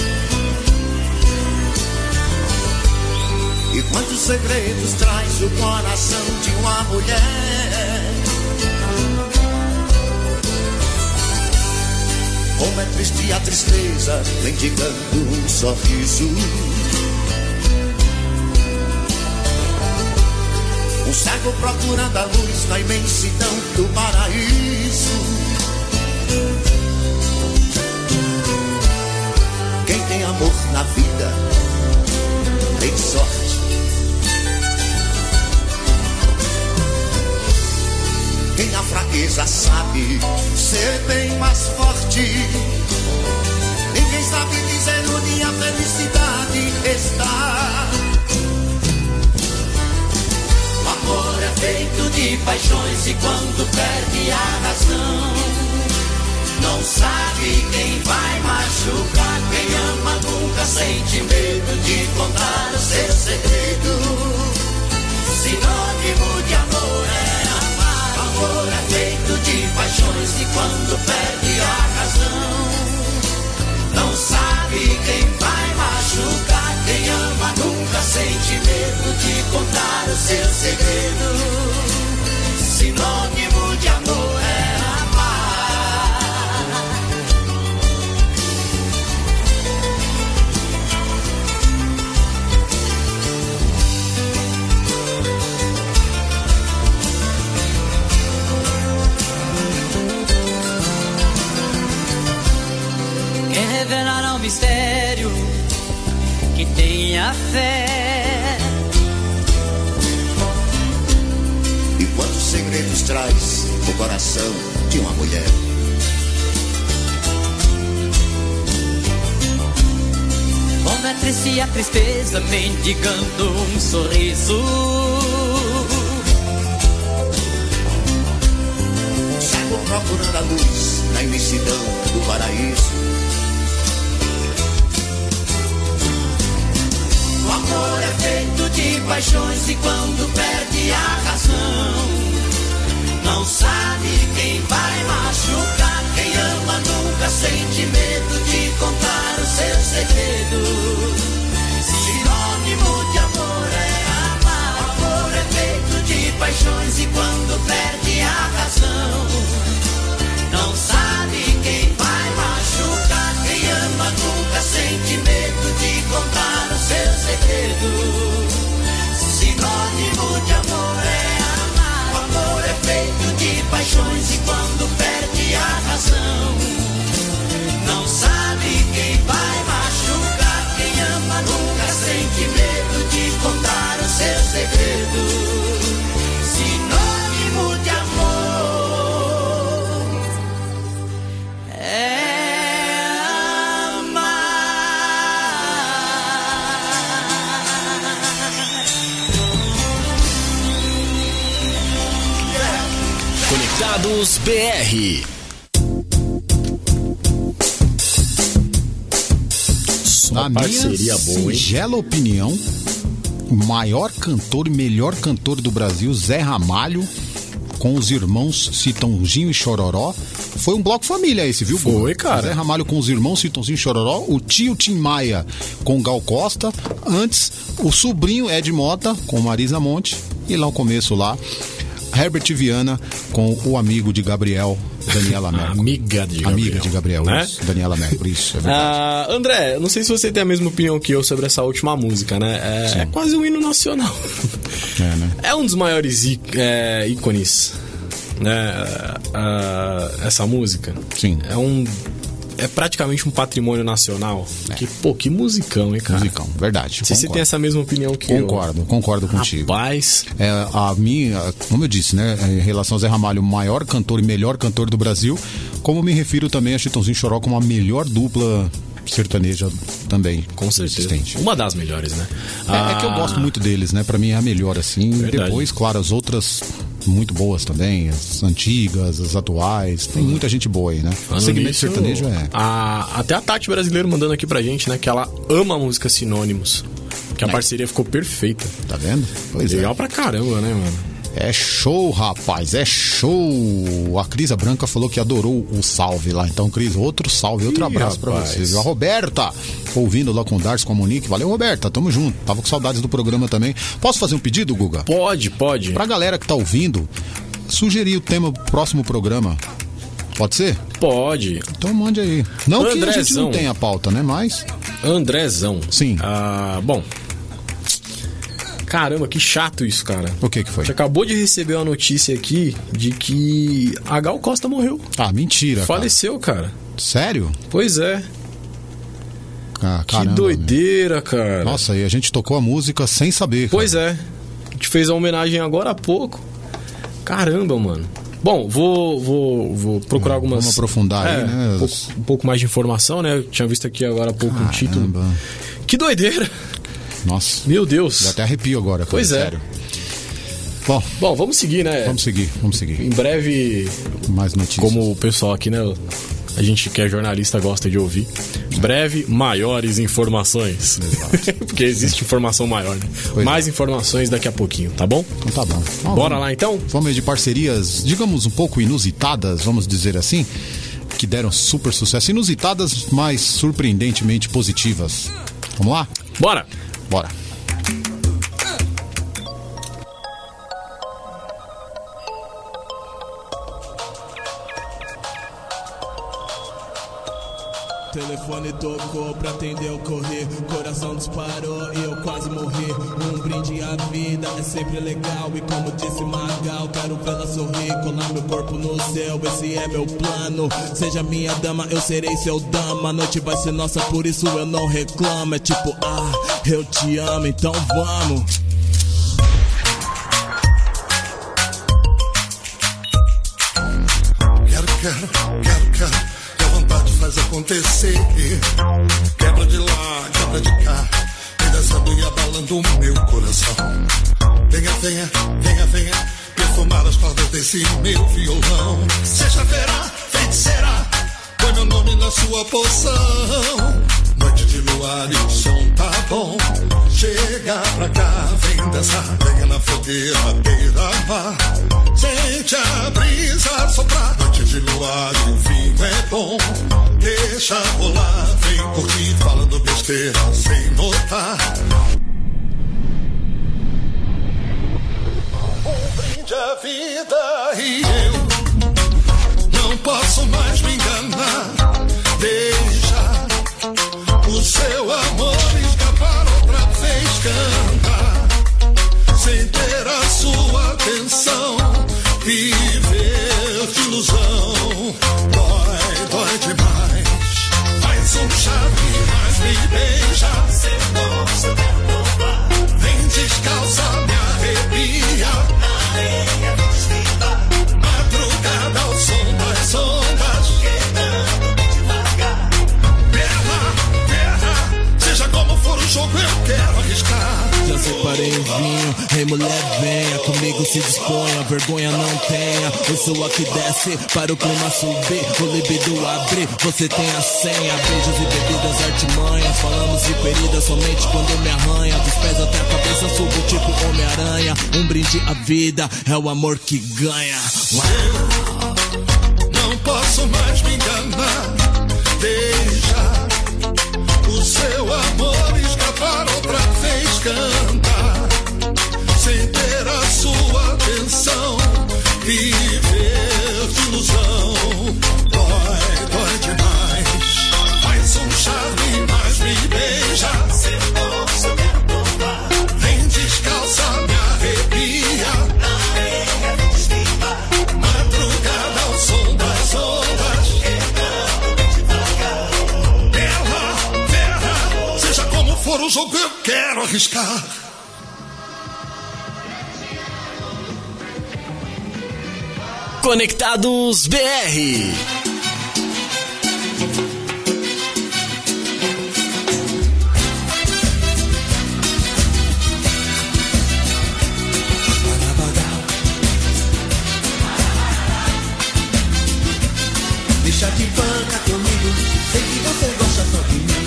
E quantos segredos traz o coração de uma mulher? Como é triste a tristeza, mendigando um sorriso. Um cego procurando a luz na imensidão do paraíso. Quem tem amor na vida tem sorte. Quem na fraqueza sabe ser bem mais forte. Ninguém sabe dizer onde a felicidade está. O amor é feito de paixões e quando perde a razão, não sabe quem vai machucar. Quem ama nunca sente medo de contar o seu segredo. Sinônimo de amor é amar. O amor é feito de paixões e quando perde a razão, não sabe quem vai machucar. Quem ama nunca sente medo de contar o seu segredo. Sinônimo de amor é amar. Quem revelará o mistério que tem a fé? E quantos segredos traz o coração de uma mulher? Como é triste a tristeza, mendigando um sorriso. Cego procurando a luz na imensidão do paraíso. O amor é feito de paixões e quando perde a razão, não sabe quem vai machucar. Quem ama nunca sente medo de contar o seu segredo. Sinônimo de amor é amar. O amor é feito de paixões e quando perde a razão, não sabe quem vai machucar. Quem ama nunca sente medo de contar o seu segredo. Sinônimo de amor é amar. O amor é feito de paixões e quando perde a razão, não sabe quem vai machucar. Quem ama nunca sente medo de contar o seu segredo. Sinônimo de amor é Conectados BR. Na minha singela opinião, o maior cantor e melhor cantor do Brasil, Zé Ramalho, com os irmãos Citãozinho e Chororó. Foi um bloco família esse, viu, Guga? Foi, cara. Zé Ramalho com os irmãos Citãozinho e Chororó, o tio Tim Maia com Gal Costa, antes o sobrinho Ed Mota com Marisa Monte e lá no começo lá, Herbert Viana com o amigo de Gabriel, Daniela Mercury. Amiga de Gabriel, né? Isso, Daniela Mercury, isso, é verdade. André, não sei se você tem a mesma opinião que eu sobre essa última música, né? É quase um hino nacional. Né? É um dos maiores ícones, né? Essa música. Sim. É praticamente um patrimônio nacional. Que musicão, hein, cara? Musicão, verdade. Não sei se você tem essa mesma opinião que eu. Concordo contigo. Rapaz. A minha, como eu disse, né, em relação ao Zé Ramalho, o maior cantor e melhor cantor do Brasil, como me refiro também a Chitãozinho e Choró como a melhor dupla sertaneja também. Com certeza. Existente. Uma das melhores, né? É que eu gosto muito deles, né? Pra mim é a melhor, assim. Verdade. Depois, claro, as outras muito boas também, as antigas, as atuais. Tem muita gente boa aí, né? O segmento sertanejo até a Tati Brasileiro mandando aqui pra gente, né? Que ela ama a música Sinônimos. Que a parceria ficou perfeita. Tá vendo? Pois legal pra caramba, né, mano? É show, rapaz, é show. A Crisa Branca falou que adorou o salve lá. Então, Cris, outro salve, outro abraço pra vocês. A Roberta, ouvindo lá com o Darcy, com a Monique. Valeu, Roberta, tamo junto. Tava com saudades do programa também. Posso fazer um pedido, Guga? Pode. Pra galera que tá ouvindo, sugerir o tema do próximo programa. Pode ser? Pode. Então mande aí. Não Andrezão. Que a gente não tenha pauta, né? Mas... Andrezão. Sim. Bom... Caramba, que chato isso, cara. O que foi? A gente acabou de receber uma notícia aqui de que a Gal Costa morreu. Mentira, faleceu, cara. Sério? Pois é. Caramba, que doideira, cara. Nossa, e a gente tocou a música sem saber, cara. Pois é. A gente fez a homenagem agora há pouco. Caramba, mano. Bom, vou procurar algumas... Vamos aprofundar aí, né? Um pouco mais de informação, né? Eu tinha visto aqui agora há pouco um título. Que doideira. Nossa. Meu Deus. Dá até arrepio agora, cara. Pois é. Sério. Bom, vamos seguir, né? Vamos seguir. Em breve... Mais notícias. Como o pessoal aqui, né? A gente que é jornalista gosta de ouvir. Breve, maiores informações. Porque existe informação maior, né? Mais informações daqui a pouquinho, tá bom? Então tá bom. Bora lá, então? Vamos de parcerias, digamos, um pouco inusitadas, vamos dizer assim, que deram super sucesso. Inusitadas, mas surpreendentemente positivas. Vamos lá? Bora! Telefone tocou pra atender eu correr. Coração disparou e eu quase morri. Um brinde à vida é sempre legal. E como disse Magal, quero vê-la sorrir. Colar meu corpo no céu, esse é meu plano. Seja minha dama, eu serei seu dama. A noite vai ser nossa, por isso eu não reclamo. É tipo, eu te amo, então vamos. Quero. Faz acontecer. Quebra de lá, quebra de cá. E dançando e abalando o meu coração. Venha perfumar as cordas desse meu violão. Sexta-feira, feiticeira, põe meu nome na sua poção. Noite de luar e o som tá bom. Chega pra cá, vem dançar. Venha na fogueira, beira-mar. Sente a brisa soprar. Noite de luar e o vinho é bom. Deixa rolar, vem curtir, falando besteira sem notar. Um brinde à vida e eu não posso mais me enganar. Deixa o seu amor escapar outra vez, cantar sem ter a sua atenção. Viver de ilusão dói demais. Faz um chave, mas me beija. Seu nome, seu perdoa. Vem descalça, me arrepia. Areia vestida. Madrugada ao som das ondas. Quebrando devagar. Perna, seja como for o jogo, eu quero arriscar. Já separei o vinho, ei mulher venha, comigo se disponha, vergonha não tenha. O suor que desce para o clima subir, o libido abrir, você tem a senha. Beijos e bebidas artimanhas, falamos de feridas somente quando me arranha. Dos pés até a cabeça subo tipo Homem-Aranha. Um brinde brinde à vida, é o amor que ganha. Não posso mais me enganar. Deixa o seu amor escapar outra vez, cantar sem ter a sua atenção, viver de ilusão. Dói demais. Mais um charme, mais me beija. Seu doce eu quero provar. Vem descalça, me arrepia. Na areia festiva, madrugada ao som das ondas. Terra, seja como for o jogo, eu quero arriscar. Conectados BR. Deixa de banca comigo, sei que você gosta só de mim.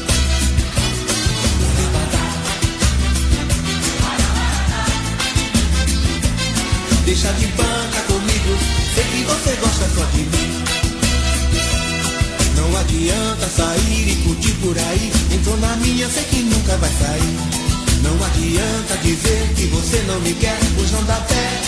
Deixa de banca comigo, sei que você gosta só de mim. Não adianta sair e curtir por aí. Entrou na minha, sei que nunca vai sair. Não adianta dizer que você não me quer, pois não dá pé.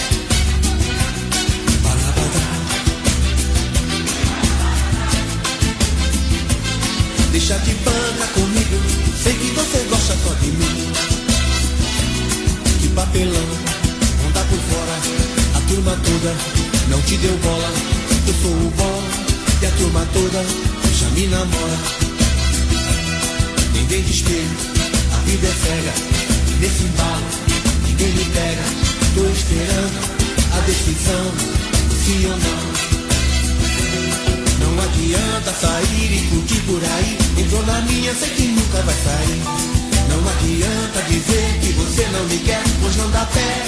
Deixa de banca comigo, sei que você gosta só de mim. Que papelão, não dá por fora. A turma toda não te deu bola. Eu sou o bom e a turma toda já me namora. Ninguém de espelho, a vida é cega. E nesse embalo, ninguém me pega. Tô esperando a decisão, sim ou não. Não adianta sair e curtir por aí. Entrou na minha, sei que nunca vai sair. Não adianta dizer que você não me quer, pois não dá pé.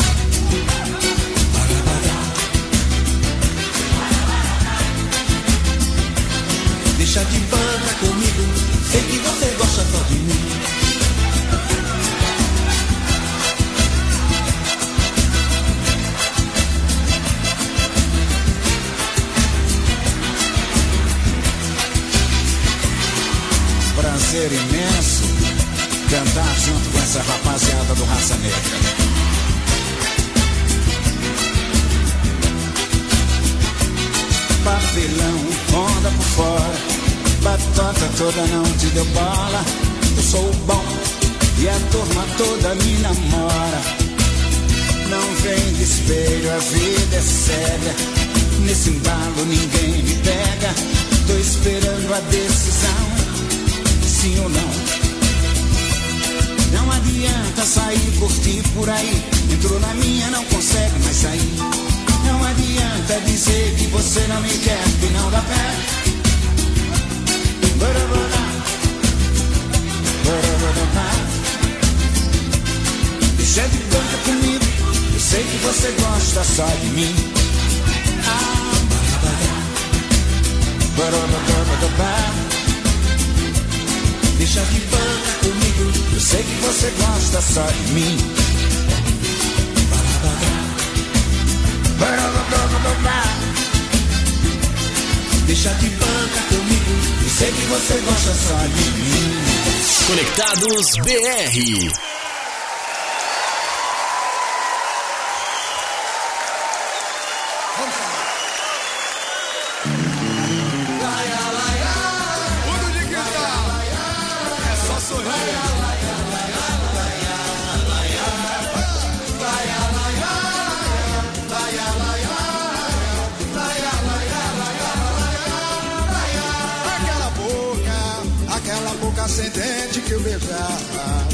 Deixa de banca comigo, sei que você gosta só de mim. Prazer imenso cantar junto com essa rapaziada do Raça Negra. Papelão, onda por fora, batata toda não te deu bola. Eu sou o bom e a turma toda me namora. Não vem de espelho, a vida é séria. Nesse embalo ninguém me pega. Tô esperando a decisão, sim ou não. Não adianta sair e curtir por aí. Entrou na minha, não consegue mais sair. Não adianta dizer que você não me quer, que não dá pé. Deixa de banca comigo, eu sei que você gosta só de mim. Deixa de banca comigo, eu sei que você gosta só de mim. Deixa de banca comigo, eu sei que você gosta só de mim. Conectados BR. Ascendente que eu beijava,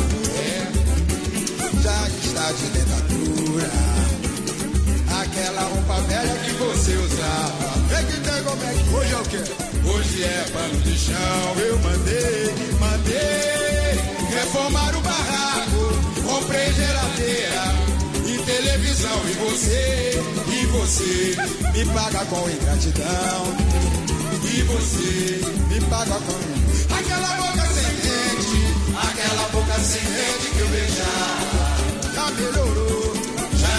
já está de dentadura. Aquela roupa velha que você usava. Vem que tem como é que hoje é o quê? Hoje é pano de chão. Eu mandei reformar o barraco. Comprei geladeira e televisão. E você me paga com ingratidão. E você me paga com aquela boca sem dente que eu beijava. Já melhorou, já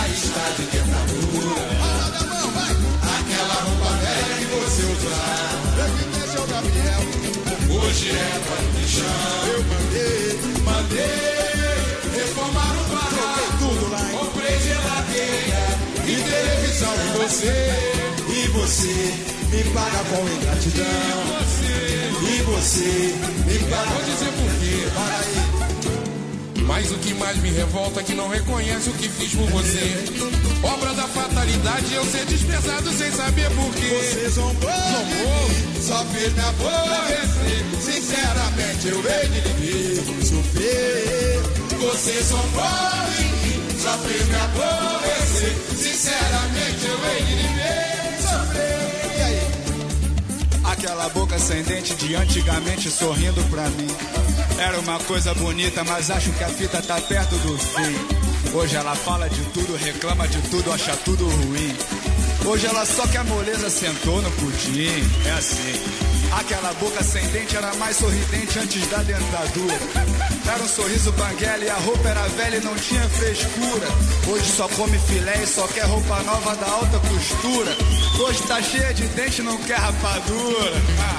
é pano de chão. Eu mandei reformar o barraco, tudo lá, comprei geladeira e televisão. E você me paga com ingratidão. E você me paga. Vou dizer por quê. Para aí. Mas o que mais me revolta é que não reconhece o que fiz por você. Obra da fatalidade, eu ser desprezado sem saber por quê. Você zombou, só fez me aborrecer. Sinceramente eu hei de lhe sofrer. Você zombou em mim, só fez me aborrecer. Sinceramente eu hei de lhe sofrer. E aí? Aquela boca sem dente de antigamente sorrindo pra mim. Era uma coisa bonita, mas acho que a fita tá perto do fim. Hoje ela fala de tudo, reclama de tudo, acha tudo ruim. Hoje ela só quer moleza, sentou no pudim. É assim. Aquela boca sem dente era mais sorridente antes da dentadura. Era um sorriso banguela e a roupa era velha e não tinha frescura. Hoje só come filé e só quer roupa nova da alta costura. Hoje tá cheia de dente e não quer rapadura.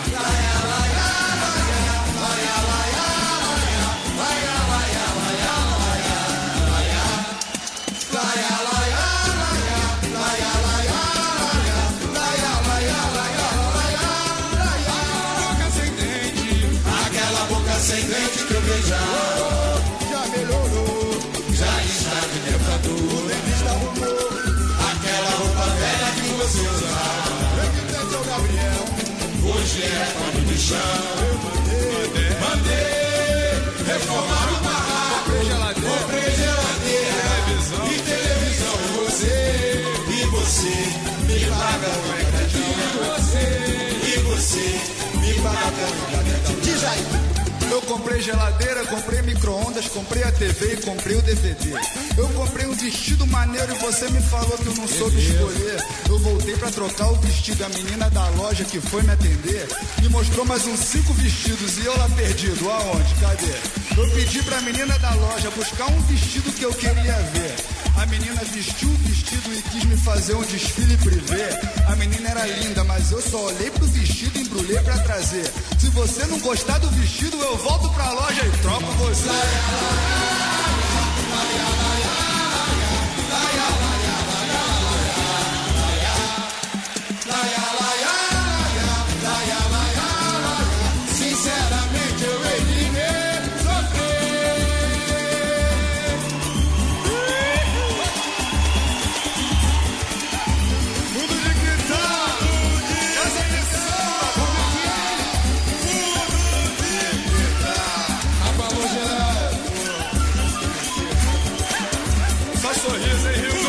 Sem dente que eu beijava, já melhorou, já está de dentadura. O dentista arrumou aquela roupa velha que você usava. Represente ao Gabriel, hoje é pano de chão. Eu mandei reformar o barraco, comprei geladeira e televisão. E você me paga com ingratidão. E você me paga com ingratidão. Diz aí. Eu comprei geladeira, comprei micro-ondas, comprei a TV e comprei o DVD. Eu comprei um vestido maneiro e você me falou que eu não soube escolher. Eu voltei pra trocar o vestido, a menina da loja que foi me atender me mostrou mais uns 5 vestidos e eu lá perdido, aonde? Cadê? Eu pedi pra menina da loja buscar um vestido que eu queria ver. A menina vestiu o vestido e quis me fazer um desfile privê. A menina era linda, mas eu só olhei pro vestido e embrulhei pra trazer. Se você não gostar do vestido, eu volto pra loja e troco você. Sinceramente eu hei de me sofrer. Mundo de quintal, essa missão, como que é? Mundo de quintal. Abalou geral. Só sorriso, hein, Rio?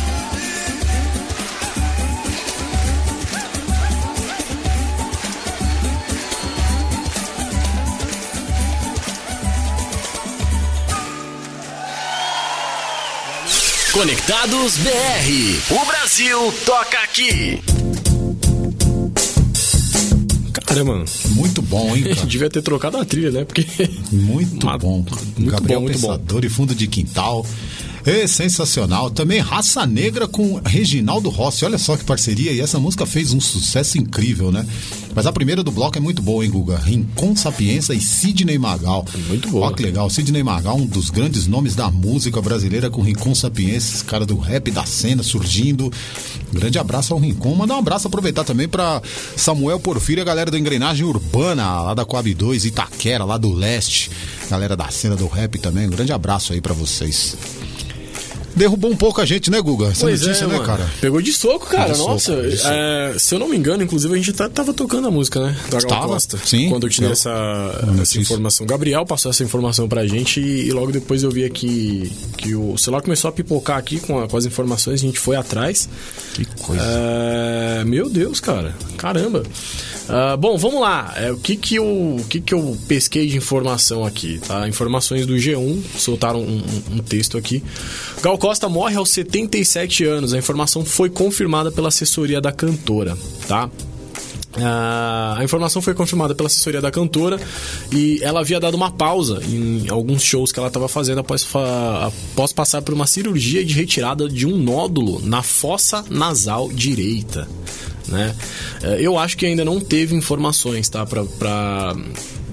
Conectados BR. O Brasil toca aqui. Cara, mano. Muito bom, hein, cara? Devia ter trocado a trilha, né? Porque... Muito bom. Muito Gabriel bom, muito Pensador e Fundo de Quintal. É sensacional. Também Raça Negra com Reginaldo Rossi. Olha só que parceria. E essa música fez um sucesso incrível, né? Mas a primeira do bloco é muito boa, hein, Guga? Rincon Sapienza e Sidney Magal. Muito boa. Olha que legal. Sidney Magal, um dos grandes nomes da música brasileira, com Rincon Sapienza, esse cara do rap da cena surgindo. Grande abraço ao Rincon. Mandar um abraço, aproveitar também pra Samuel Porfírio e a galera do Engrenagem Urbana, lá da Coab 2, Itaquera, lá do leste. Galera da cena do rap também. Um grande abraço aí pra vocês. Derrubou um pouco a gente, né, Guga? Essa pois notícia, é, né, mano. cara? Pegou de soco, cara. Nossa, de soco. Se eu não me engano, inclusive a gente tava tocando a música, né? Da Gal Costa. Sim. Quando eu tirei essa informação. Gabriel passou essa informação pra gente e logo depois eu vi aqui que o celular começou a pipocar aqui com as informações, a gente foi atrás. Que coisa. Meu Deus, cara. Caramba. Bom, vamos lá. O que eu pesquei de informação aqui, tá? Informações do G1, soltaram um texto aqui. Gal Costa morre aos 77 anos. A informação foi confirmada pela assessoria da cantora, tá? A informação foi confirmada pela assessoria da cantora e ela havia dado uma pausa em alguns shows que ela estava fazendo após passar por uma cirurgia de retirada de um nódulo na fossa nasal direita, né? Eu acho que ainda não teve informações, tá?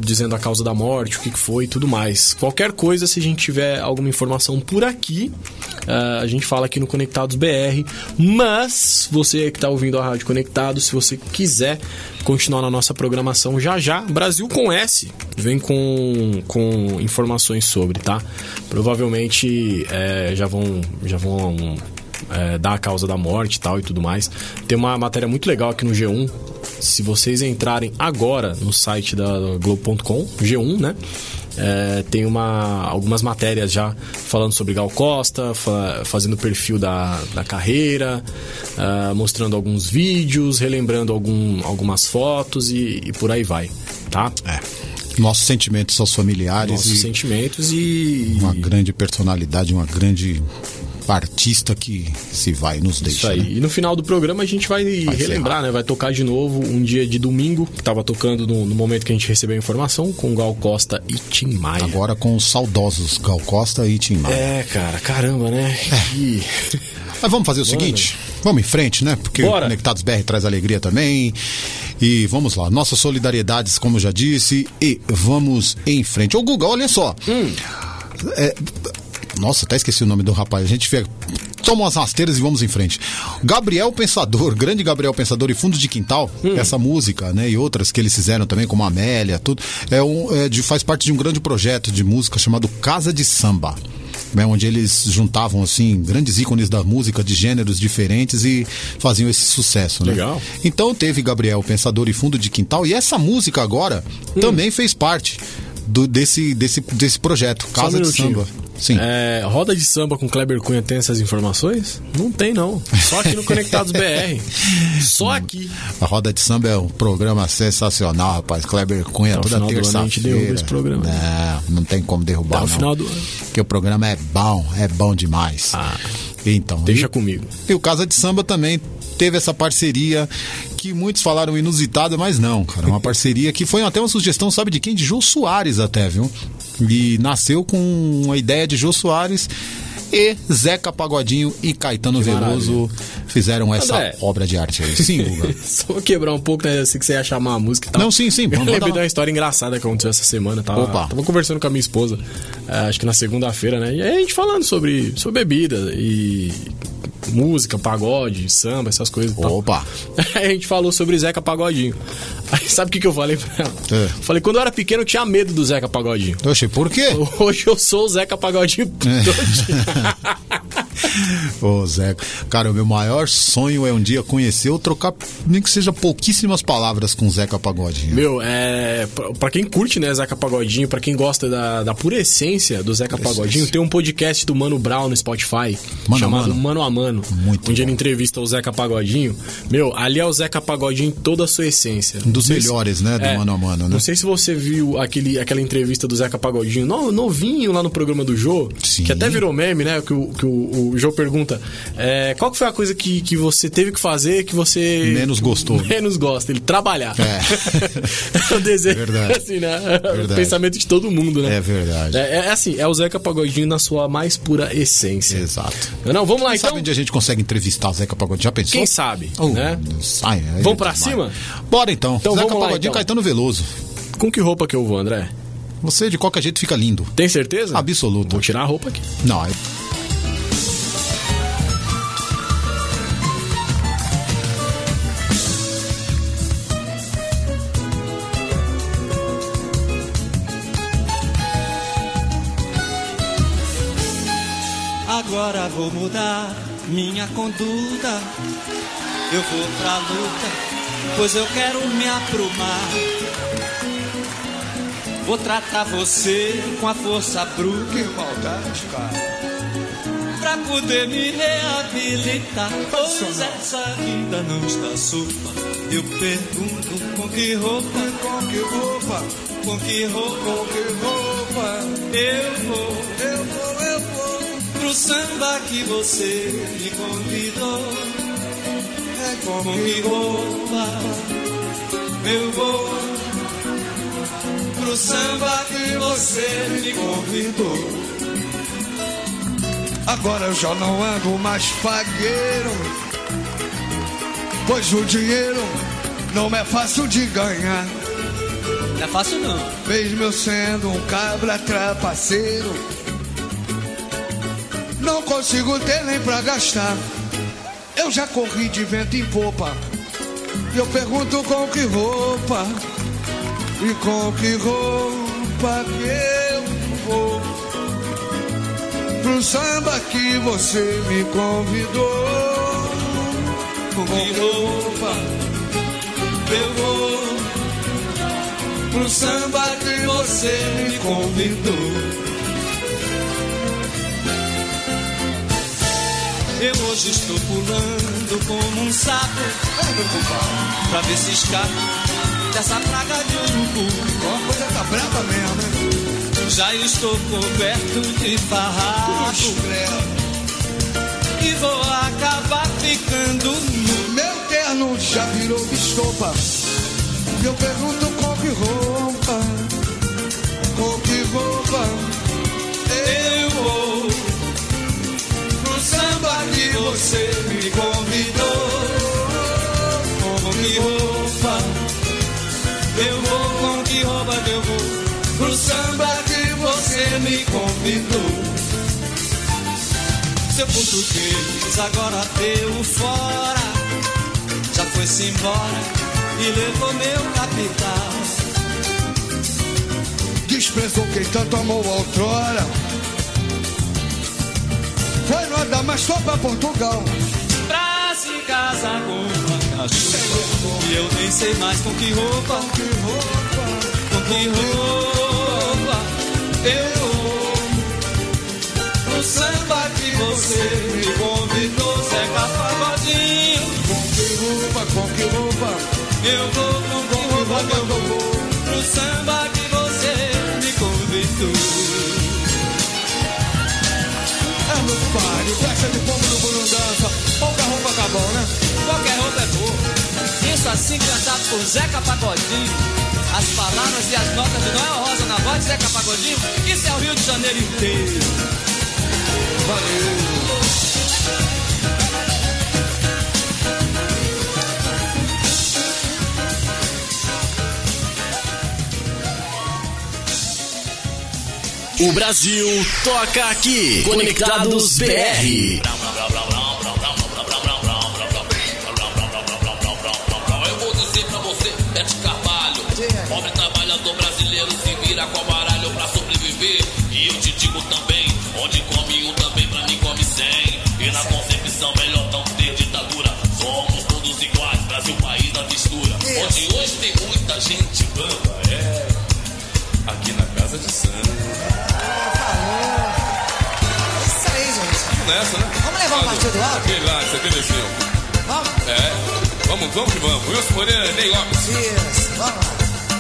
dizendo a causa da morte, o que foi e tudo mais. Qualquer coisa, se a gente tiver alguma informação por aqui, a gente fala aqui no Conectados BR. Mas você que está ouvindo a Rádio Conectados, se você quiser continuar na nossa programação, já Brasil com S vem com informações sobre, tá? Provavelmente já vão dar a causa da morte e tal e tudo mais. Tem uma matéria muito legal aqui no G1. Se vocês entrarem agora no site da Globo.com, G1, né? Tem algumas matérias já falando sobre Gal Costa, fazendo o perfil da carreira, mostrando alguns vídeos, relembrando algumas fotos e por aí vai, tá? Nossos sentimentos aos familiares. Nossos sentimentos e... Uma grande personalidade, uma grande artista que se vai nos deixa. Isso aí. Né? E no final do programa a gente vai relembrar, né? Vai tocar de novo um dia de domingo, que tava tocando no momento que a gente recebeu a informação, com Gal Costa e Tim Maia. Agora com os saudosos Gal Costa e Tim Maia. Cara, caramba, né? Mas vamos fazer o seguinte, vamos em frente, né? Porque o Conectados BR traz alegria também. E vamos lá, nossas solidariedades, como eu já disse, e vamos em frente. Ô Guga, olha só. Nossa, até esqueci o nome do rapaz. A gente toma umas rasteiras e vamos em frente. Gabriel Pensador, grande Gabriel Pensador e Fundo de Quintal, essa música, né? E outras que eles fizeram também, como Amélia, tudo. Faz parte de um grande projeto de música chamado Casa de Samba. Onde eles juntavam, assim, grandes ícones da música de gêneros diferentes e faziam esse sucesso, né? Legal. Então teve Gabriel Pensador e Fundo de Quintal, e essa música agora também fez parte desse projeto, Casa de Samba. Sim. Roda de samba com Kleber Cunha tem essas informações? Não tem, não. Só aqui no Conectados BR. Só aqui. A Roda de Samba é um programa sensacional, rapaz. Kleber Cunha toda terça-feira. A gente derruba esse programa. Não tem como derrubar, não. Final do ano. Porque o programa é bom demais. Então, deixa comigo. E o Casa de Samba também teve essa parceria que muitos falaram inusitada, mas não, cara. Uma parceria que foi até uma sugestão, sabe de quem? De Jô Soares até, viu? E nasceu com uma ideia de Jô Soares e Zeca Pagodinho e Caetano Veloso fizeram essa obra de arte aí. Sim, Guga. Só vou quebrar um pouco, né? Assim que você ia chamar a música e tal. Não, sim. Eu lembrei de uma história engraçada que aconteceu essa semana. Tava conversando com a minha esposa, acho que na segunda-feira, né? E aí a gente falando sobre bebida e música, pagode, samba, essas coisas. Opa! Aí a gente falou sobre Zeca Pagodinho. Aí sabe o que eu falei pra ela? Falei, quando eu era pequeno eu tinha medo do Zeca Pagodinho. Oxe, por quê? Hoje eu sou o Zeca Pagodinho Ô Zeca, cara, o meu maior sonho é um dia conhecer ou trocar, nem que seja pouquíssimas palavras com Zeca Pagodinho. Pra quem curte, né, Zeca Pagodinho, pra quem gosta da pura essência do Zeca Pagodinho, tem um podcast do Mano Brown no Spotify, chamado Mano a Mano, onde ele entrevista o Zeca Pagodinho. Ali é o Zeca Pagodinho em toda a sua essência. Um dos melhores, né, do Mano a Mano, né? Não sei se você viu aquela entrevista do Zeca Pagodinho novinho lá no programa do Jô, que até virou meme, né, que o Jô pergunta qual que foi a coisa que você teve que fazer que você menos gostou. Menos gosta, ele trabalhar. É o desejo, assim, né? O pensamento de todo mundo, né? É verdade. Assim, é o Zeca Pagodinho na sua mais pura essência. Exato. Não, vamos lá, então. Sabe onde a gente consegue entrevistar o Zeca Pagodinho? Já pensou? Quem sabe, né? Vamos pra cima? Bora então. Zeca Pagodinho, Caetano Veloso. Com que roupa que eu vou, André? Você de qualquer jeito fica lindo. Tem certeza? Absoluto. Vou tirar a roupa aqui. Não, Agora vou mudar minha conduta. Eu vou pra luta, pois eu quero me aprumar. Vou tratar você com a força bruta. Que maldade, cara. Pra poder me reabilitar, pois essa vida não está solta. Eu pergunto com que roupa, com que roupa, com que roupa, com que roupa eu vou pro samba que você me convidou. Com que roupa eu vou pro samba que você me convidou. Agora eu já não ando mais fagueiro, pois o dinheiro não é fácil de ganhar. Não é fácil não. Mesmo eu sendo um cabra trapaceiro, não consigo ter nem pra gastar. Eu já corri de vento em popa. E eu pergunto com que roupa, e com que roupa que eu vou pro samba que você me convidou. Com que roupa eu vou pro samba que você me convidou. Eu hoje estou pulando como um sapo pra ver se escapa dessa praga de urubu. A coisa tá brava mesmo, né? Já estou coberto de farrapo e vou acabar ficando nu. Meu terno já virou estopa. E eu pergunto com que roupa eu vou pro samba que você me convidou. Com que roupa eu vou, com que roupa eu vou pro samba que você me convidou. Seu português agora deu fora, já foi-se embora e levou meu capital. Desprezou quem tanto amou outrora. Foi nada, mas só pra Portugal. Pra se casar com uma cachorra. E eu nem sei mais com que roupa, com que roupa eu vou pro samba que você me convidou. Zeca Pagodinho. Com que roupa eu vou, com que roupa eu vou pro samba que você me convidou. É no pare, festa de pombo no Burundança. Qualquer roupa acabou, né? Qualquer roupa é boa. Isso assim cantado por Zeca Pagodinho. As palavras e as notas de Noel Rosa na voz de Zeca Pagodinho. Isso é o Rio de Janeiro inteiro. Valeu. O Brasil toca aqui. Conectados BR. Eu vou dizer pra você, Bete Carvalho, pobre trabalhador brasileiro se vira com baralho pra sobreviver. E eu te digo também, onde come um também pra mim come 100. E na concepção melhor não ter ditadura. Somos todos iguais, Brasil país da mistura. Onde hoje tem muita gente bamba, aqui na casa de sangue. Isso aí, gente. Vamos nessa, né? Vamos levar o partido alto? Aquele lá, 75. Vamos? Vamos que vamos. Wilson Moreira, Ney Lopes. Isso, vamos lá.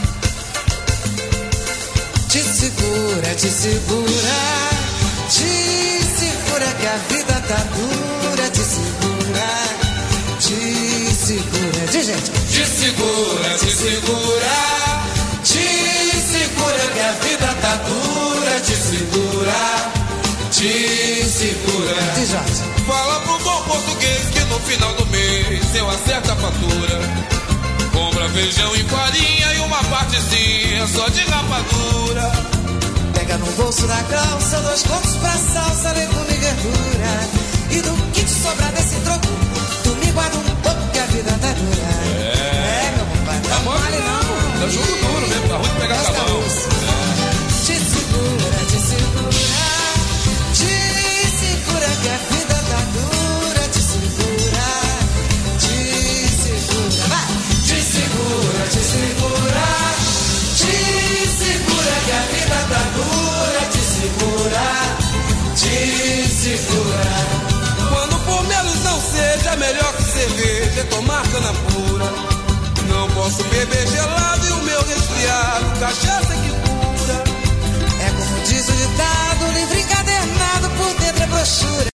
Te segura, te segura. Te segura que a vida tá dura. Te segura, te segura. Diz, gente. Te segura, te segura. Te segura que a vida tá dura. Te segura, te segura. Diz, Jorge. Fala pro bom português que no final do mês eu acerto a fatura. Compra feijão e farinha e uma partezinha só de rapadura. Pega no bolso da calça 2 contos pra salsa, legume e verdura. E do que te sobrar desse troco, tu me guarda um pouco que a vida tá dura. Meu compadre, tá mole não. Tá jogo duro mesmo, tá ruim de pegar sabão. Te segura, te segura. Te segura que a vida tá dura. Te segura, te segura. Vai! Te segura, te segura. Te segura que a vida tá dura. Te segura, te segura. Quando por menos não seja, melhor que cerveja, tomar cana pura. Não posso beber gelado e o meu resfriado, cachaça que cura. É como diz o ditado, livre encadernado, por dentro é brochura.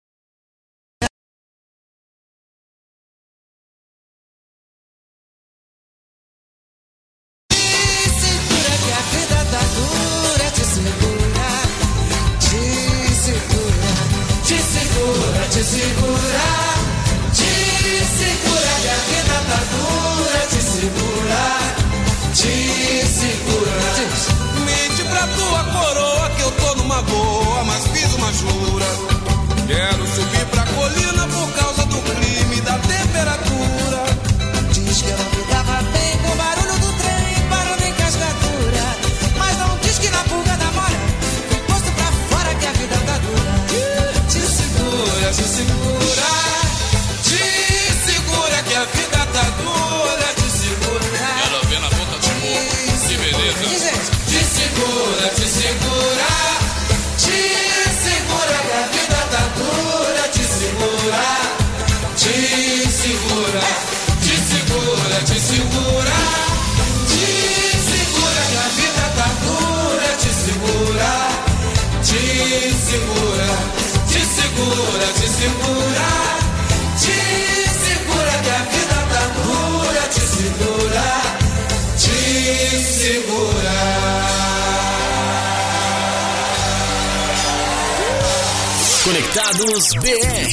Te segura que a vida tá dura. Te segura, te segura. Te segura, te segura. Te segura que a vida tá dura. Te segura, te segura. segura, te segura. Te segura que a vida tá dura. Te segura, te segura. Conectados BR.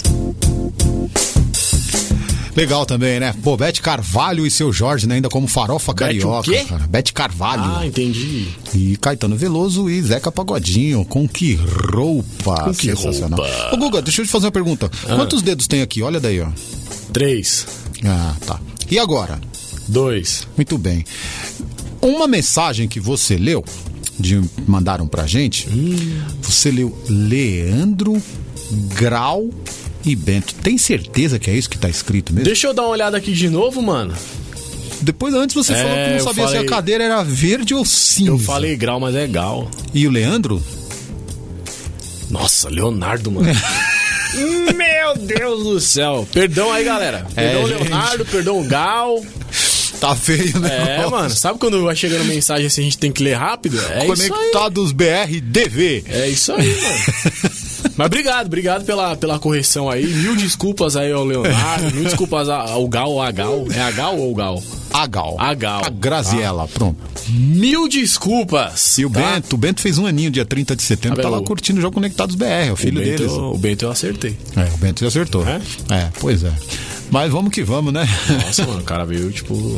Legal também, né? Pô, Bete Carvalho e seu Jorge, né? Ainda como farofa carioca. o quê? Cara. Bete Carvalho. Ah, entendi. E Caetano Veloso e Zeca Pagodinho. Com que roupa. Com que sensacional. roupa. Ô, Guga, deixa eu te fazer uma pergunta. Quantos dedos tem aqui? Olha daí, ó. 3. Ah, tá. E agora? 2. Muito bem. Uma mensagem que você leu, mandaram pra gente, você leu Leandro, Grau e Bento. Tem certeza que é isso que tá escrito mesmo? Deixa eu dar uma olhada aqui de novo, mano. Depois, antes você falou que não sabia se a cadeira era verde ou cinza. Eu falei Grau, mas é Gal. E o Leandro? Nossa, Leonardo, mano. Meu Deus do céu. Perdão aí, galera. Perdão, Leonardo, gente. Perdão, Gal. Tá feio, né? É, mano. Sabe quando vai chegando mensagem assim, a gente tem que ler rápido? É Conectados BR DV. É isso aí, mano. Mas obrigado pela correção aí. Mil desculpas aí ao Leonardo. Mil desculpas ao Gal ou a Gal. É a Gal ou o Gal? A Gal. A Gal. A Graziella, pronto. Mil desculpas. E o Bento fez um aninho, dia 30 de setembro, tá lá curtindo o Jogo Conectados BR, é o filho deles. O Bento eu acertei. É, o Bento já acertou. Pois é. Mas vamos que vamos, né? Nossa, mano, o cara veio, tipo...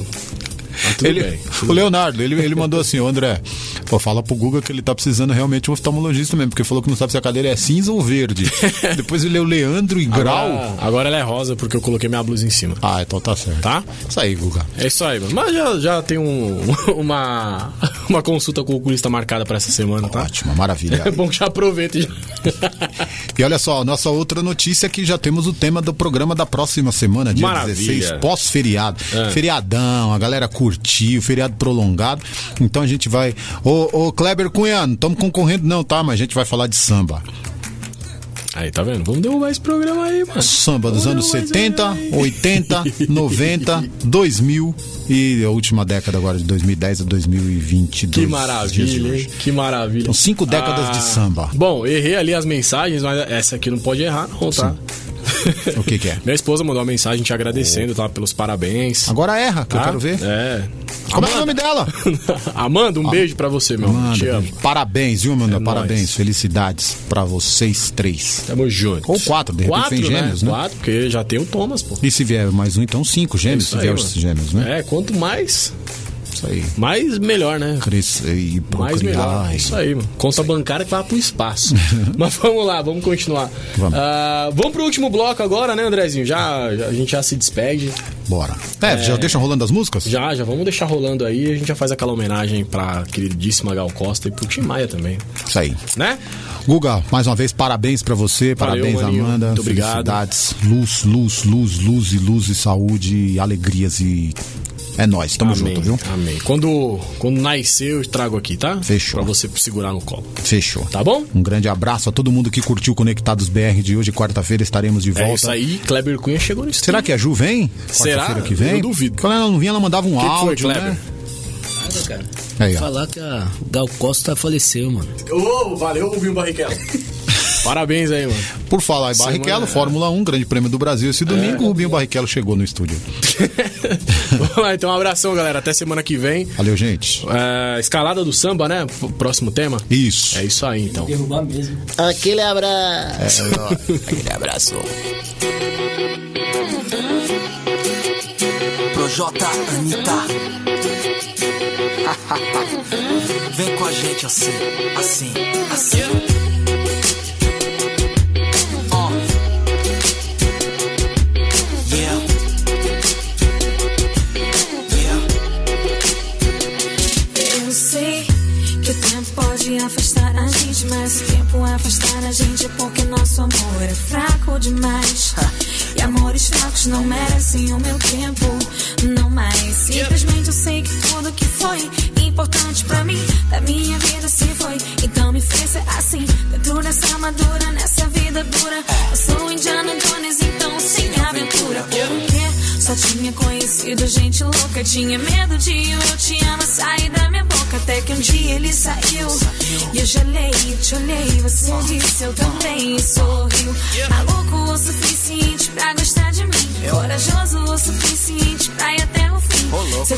O Leonardo, ele mandou assim, ô André, pô, fala pro Guga que ele tá precisando realmente de um oftalmologista mesmo, porque falou que não sabe se a cadeira é cinza ou verde. Depois ele leu Leandro e Grau. Agora ela é rosa porque eu coloquei minha blusa em cima. Ah, então tá certo. Tá? Isso aí, Guga. É isso aí, mano. Mas já tem uma consulta com o oculista marcada pra essa semana, tá? Ótimo, maravilha. É bom que já aproveita. E olha só, nossa outra notícia é que já temos o tema do programa da próxima semana, dia 16, pós-feriado. Feriadão, a galera curtiu, feriado prolongado. Então a gente vai... Ô Kleber Cunha, não estamos concorrendo não, tá? Mas a gente vai falar de samba. Aí, tá vendo? Vamos derrubar esse programa aí, mano. Samba dos anos 70, 80, 90, 2000 e a última década agora, de 2010 a 2022. Que maravilha, hein? Que maravilha. Então, 5 décadas de samba. Bom, errei ali as mensagens, mas essa aqui não pode errar não, tá? O que é? Minha esposa mandou uma mensagem te agradecendo, tá? Pelos parabéns. Agora erra, que eu quero ver. Como é o nome dela? Amanda, um beijo pra você, meu amor. Te amo. Parabéns, viu, Amanda? Parabéns, nóis. Felicidades pra vocês 3. Tamo junto. Ou 4, de repente vem gêmeos, né? 4, porque já tem o Thomas, pô. E se vier mais um, então 5 gêmeos, se vier os gêmeos, né? Quanto mais... Isso aí. Mais melhor, né? Crescer e procriar. Mais melhor. Isso aí, mano. Conta bancária que vai pro espaço. Mas vamos lá, vamos continuar. Vamos pro último bloco agora, né, Andrezinho? A gente já se despede. Bora. Já deixa rolando as músicas? Já vamos deixar rolando aí. A gente já faz aquela homenagem pra queridíssima Gal Costa e pro Tim Maia também. Isso aí. Né? Guga, mais uma vez, parabéns pra você. Valeu, parabéns, maninho. Amanda. Muito obrigado. Felicidades. Luz e saúde e alegrias e... É nóis, tamo junto, viu? Amém. Quando nascer, eu trago aqui, tá? Fechou. Pra você segurar no colo. Fechou. Tá bom? Um grande abraço a todo mundo que curtiu Conectados BR de hoje. Quarta-feira estaremos de volta. É isso aí, Kleber Cunha chegou no estúdio. Será que a Ju vem? Será? Que vem? Eu duvido. Quando ela não vinha, ela mandava um áudio, foi, Kleber? né? Nada, cara. Aí, falar que a Gal Costa faleceu, mano. Valeu, Rubinho Barrichello. Parabéns aí, mano. Por falar em Barrichello, Fórmula 1, Grande Prêmio do Brasil esse domingo, o Rubinho Barrichello chegou no estúdio. Vamos lá, então um abração, galera. Até semana que vem. Valeu, gente. Escalada do samba, né? Próximo tema. Isso. É isso aí, então. Derrubar mesmo. Aquele abraço. Aquele abraço. Projota Anitta. Vem com a gente assim. Eu sei que o tempo pode afastar a gente, mas o tempo afastar a gente é porque nosso amor é fraco demais. E amores fracos não merecem o meu tempo, não mais. Simplesmente eu sei que tudo que foi importante pra mim, da minha vida se foi. Então me fez ser assim, dentro dessa armadura, nessa vida dura. Eu sou Indiana Jones, então sem aventura. Porque só tinha conhecido gente louca, tinha medo de eu te amo sair da minha boca. Até que um dia ele saiu e eu gelei, te olhei, você disse eu também e sorriu.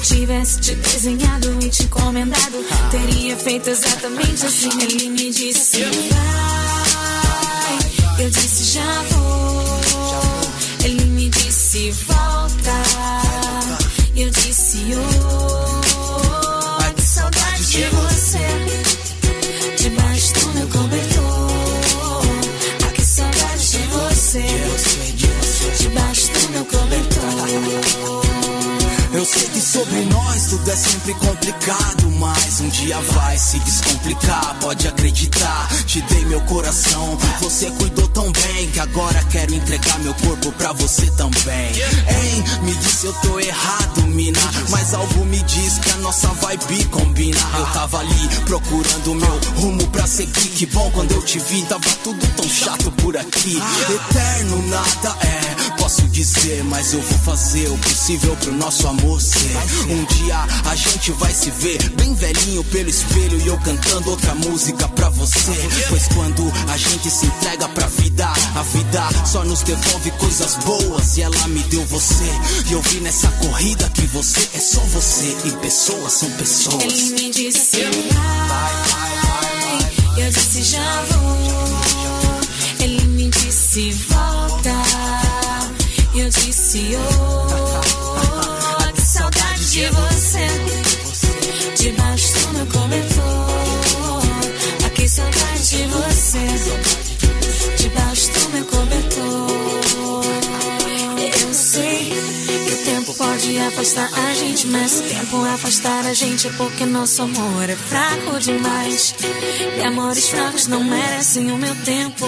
tivesse te desenhado e te encomendado, teria feito exatamente assim. Ele me disse vai, eu disse já vou. Ele me disse volta, eu disse oh, que saudade de você, debaixo do meu cobertor. Ah, que saudade de você, debaixo do meu cobertor. Eu sei que sobre nós tudo é sempre complicado, mas um dia vai se descomplicar, pode acreditar. Te dei meu coração, você cuidou tão bem que agora quero entregar meu corpo pra você também. Hein, me disse eu tô errado, mina, mas algo me diz que a nossa vibe combina. Eu tava ali procurando meu rumo pra seguir, que bom quando eu te vi, tava tudo tão chato por aqui. Eterno nada é, posso dizer, mas eu vou fazer o possível pro nosso amor ser. Um dia a gente vai se ver bem velhinho pelo espelho e eu cantando outra música pra você. Pois quando a gente se entrega pra vida, a vida só nos devolve coisas boas e ela me deu você. E eu vi nessa corrida que você é só você e pessoas são pessoas. Ele me disse vai, eu disse já vou. Ele me disse volta, eu disse oh, que saudade de você, debaixo do meu cobertor. Ah, que saudade de você, debaixo do meu cobertor. Eu sei que o tempo pode afastar a gente, mas se o tempo afastar a gente é porque nosso amor é fraco demais. E amores fracos não merecem o meu tempo.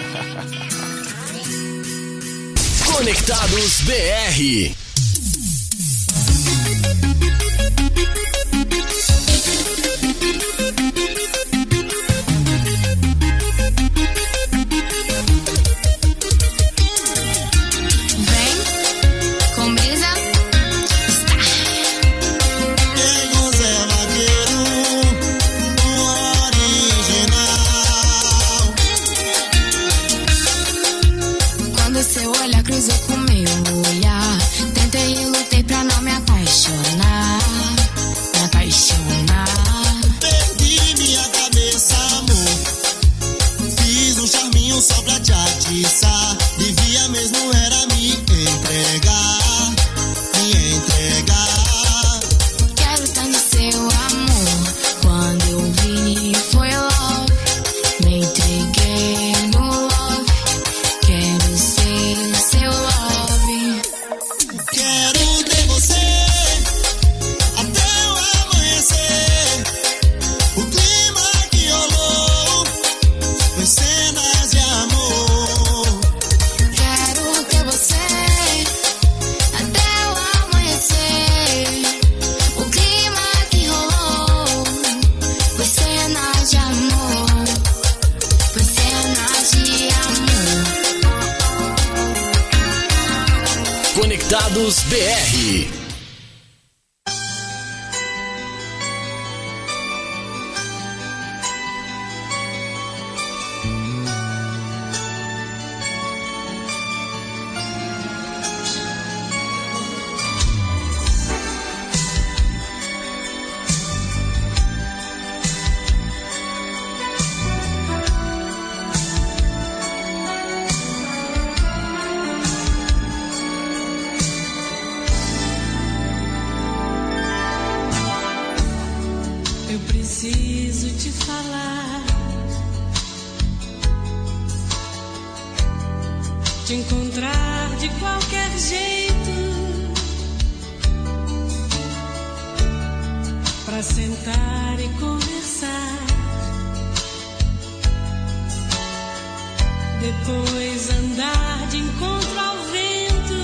Conectados BR. Cruzou com meu olhar, tentei e lutei pra não me apaixonar, me apaixonar. Perdi minha cabeça, amor, fiz um charminho só pra te atiçar. Devia mesmo era me entregar, me entregar. Quero tanto seu amor, quando eu vi foi love. Me entreguei no love, quero ser seu love. Quero ter você até o amanhecer. O clima que rolou foi cenas de amor. Quero ter você até o amanhecer. O clima que rolou foi cenas de amor, foi cenas de amor. Conectados BR. Eu preciso te falar, te encontrar de qualquer jeito, pra sentar e conversar, depois andar de encontro ao vento.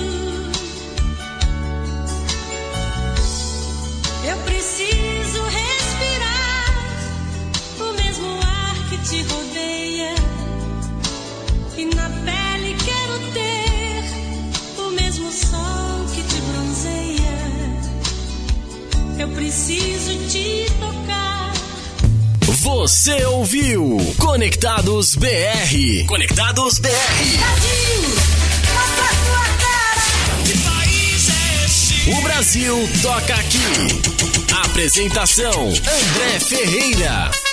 Eu preciso respirar o mesmo ar que te rodeia, e na pele quero ter o mesmo sol que te bronzeia. Eu preciso te tocar. Você ouviu Conectados BR. Conectados BR. Brasil, mostra a tua cara. Que país é esse? O Brasil toca aqui. Apresentação: André Ferreira.